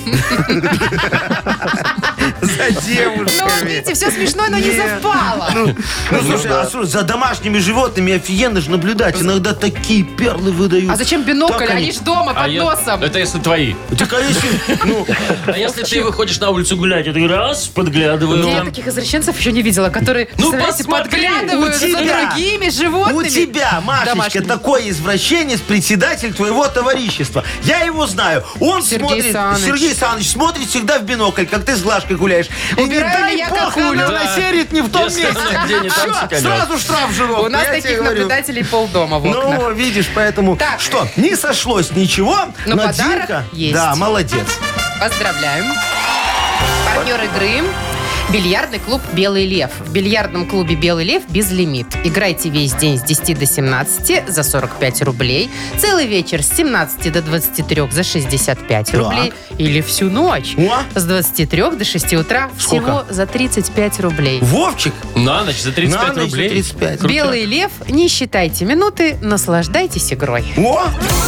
S4: За
S3: Ну,
S4: девушками.
S3: видите, все смешно, но не
S4: Нет.
S3: совпало.
S4: Ну, слушай, а слушай, за домашними животными офигенно же наблюдать. Иногда такие перлы выдают.
S3: А зачем бинокль?
S4: Так
S3: Они ж дома
S2: А
S3: под носом.
S2: это если твои.
S4: Так, а если... Ну,
S2: А если ты выходишь на улицу гулять, и ты раз, подглядываю.
S3: Я таких извращенцев еще не видела, которые,
S2: Ну,
S3: представляете,
S2: посмотри,
S3: подглядывают
S4: у
S3: за
S4: тебя.
S3: другими животными.
S4: у тебя, Машечка,
S3: Домашними.
S4: такой извращенец, председатель твоего товарищества. Я его знаю. Он
S3: Сергей
S4: смотрит...
S3: Саныч.
S4: Сергей Саныч смотрит всегда в бинокль, как ты с Глашкой гуляешь. И не
S3: Убираю
S4: дай
S3: ли я
S4: бог,
S3: какулю?
S4: она
S2: Да.
S4: насерит не в том
S2: Если
S4: месте.
S2: она где не там,
S4: Всё,
S2: секанет.
S4: сразу штраф жировка.
S3: У нас
S4: я тебе
S3: таких
S4: говорю.
S3: наблюдателей полдома в окнах.
S4: Ну, видишь, поэтому...
S3: Так.
S4: Что, не сошлось ничего,
S3: Но
S4: но
S3: подарок
S4: Димка...
S3: есть.
S4: Да, молодец.
S3: Поздравляем. Партнер игры — бильярдный клуб «Белый лев». В бильярдном клубе «Белый лев» безлимит. Играйте весь день с 10 до 17 за 45 рублей. Целый вечер с 17 до 23 за 65 рублей. Или всю ночь
S4: О.
S3: с 23 до 6 утра всего за 35 рублей.
S4: Вовчик,
S2: На ночь за 35
S4: на ночь за
S2: рублей.
S4: 35.
S2: Круто.
S3: «Белый лев», не считайте минуты, наслаждайтесь игрой.
S4: О,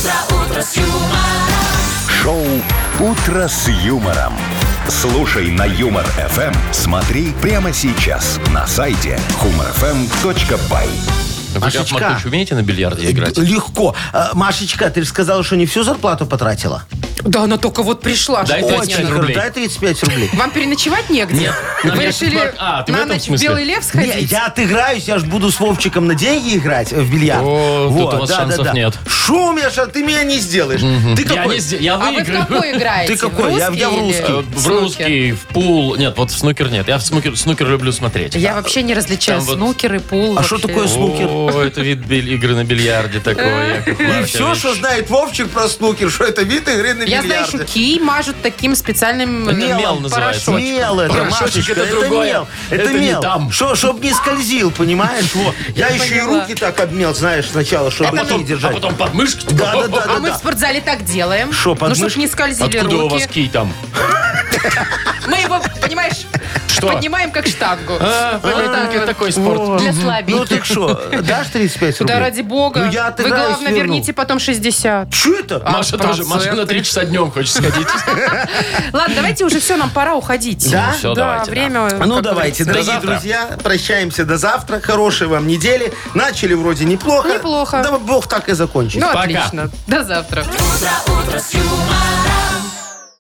S1: Шоу «Утро с юмором». Слушай на Юмор ФМ. Смотри прямо сейчас на сайте humorfm.by.
S2: Вы, Яков
S4: Машечка.
S2: Маркович, умеете на бильярде играть?
S4: легко. А, Машечка, ты же сказала, что не всю зарплату потратила?
S3: Да, она только вот пришла.
S2: Дай
S3: что
S2: 35
S3: точно.
S2: рублей.
S4: Дай 35 рублей.
S3: Вам переночевать негде?
S2: Нет, нам
S3: Вы
S2: Яков
S3: решили
S2: Марк- А, ты в
S3: на
S2: этом
S3: ночь в
S2: смысле?
S3: «Белый лев»
S4: Не,
S3: сходить?
S4: я отыграюсь, я ж буду с Вовчиком на деньги играть в бильярд.
S2: О, тут у вас шансов нет.
S4: Шо у меня, ты меня не сделаешь. Ты
S2: Я,
S4: какой?
S2: я
S3: А вы в
S2: выиграю.
S3: какой играете?
S4: Ты какой?
S3: В
S4: Я
S3: русский
S4: в
S3: или
S4: русский.
S2: В
S3: снукер?
S2: русский, в пул. Нет, вот в снукер нет. Я в снукер люблю смотреть.
S3: Я вообще не различаю
S2: Там вот-
S3: снукер и пул.
S4: А что
S3: вообще.
S4: такое снукер?
S2: О, это вид игры на бильярде такой, Яков
S4: И
S2: Маркович.
S4: все, что знает Вовчик про снукер, что это вид игры на
S3: Я знаю,
S4: бильярде.
S3: что кий мажут таким специальным
S2: Мел называется.
S3: порошочком.
S4: Мел это,
S2: Порошочек
S4: Машечка,
S2: это
S4: это
S2: другое.
S4: мел.
S2: Это не
S4: мел.
S2: там.
S4: Чтоб не скользил, понимаешь? Вот. Я еще и
S3: поняла.
S4: руки так обмел, знаешь, сначала, чтобы
S3: Это
S4: руки
S3: ну-
S4: держать.
S2: А потом подмышки.
S4: Да.
S3: А мы в спортзале так делаем.
S4: Шо, под
S3: Ну, чтоб
S4: мышку?
S3: не скользили
S2: Откуда у вас
S3: руки.
S2: кий там?
S3: Мы его, понимаешь,
S2: Что?
S3: поднимаем как штангу.
S2: А,
S3: Вот так
S2: понятненько,
S3: вот.
S2: такой спорт.
S3: Для
S4: Ну
S3: слабеньких.
S4: так что, дашь 35 рублей?
S3: Да ради бога.
S4: Ну я
S3: Вы,
S4: отыграюсь,
S3: главное,
S4: верну.
S3: верните потом 60.
S4: Что это?
S2: Маша тоже. Маша на 3 часа днем хочет сходить.
S3: Ладно, давайте уже все, нам пора уходить.
S4: Да?
S2: Ну, всё,
S3: Да,
S2: давайте,
S3: время...
S4: Ну
S3: как
S4: давайте,
S3: говорится.
S4: дорогие
S2: завтра.
S4: друзья, прощаемся до завтра. Хорошей вам недели. Начали вроде неплохо.
S3: Неплохо.
S4: Да бог так и закончит.
S3: Ну,
S2: Пока.
S3: отлично. До завтра.
S9: Утро с юмором.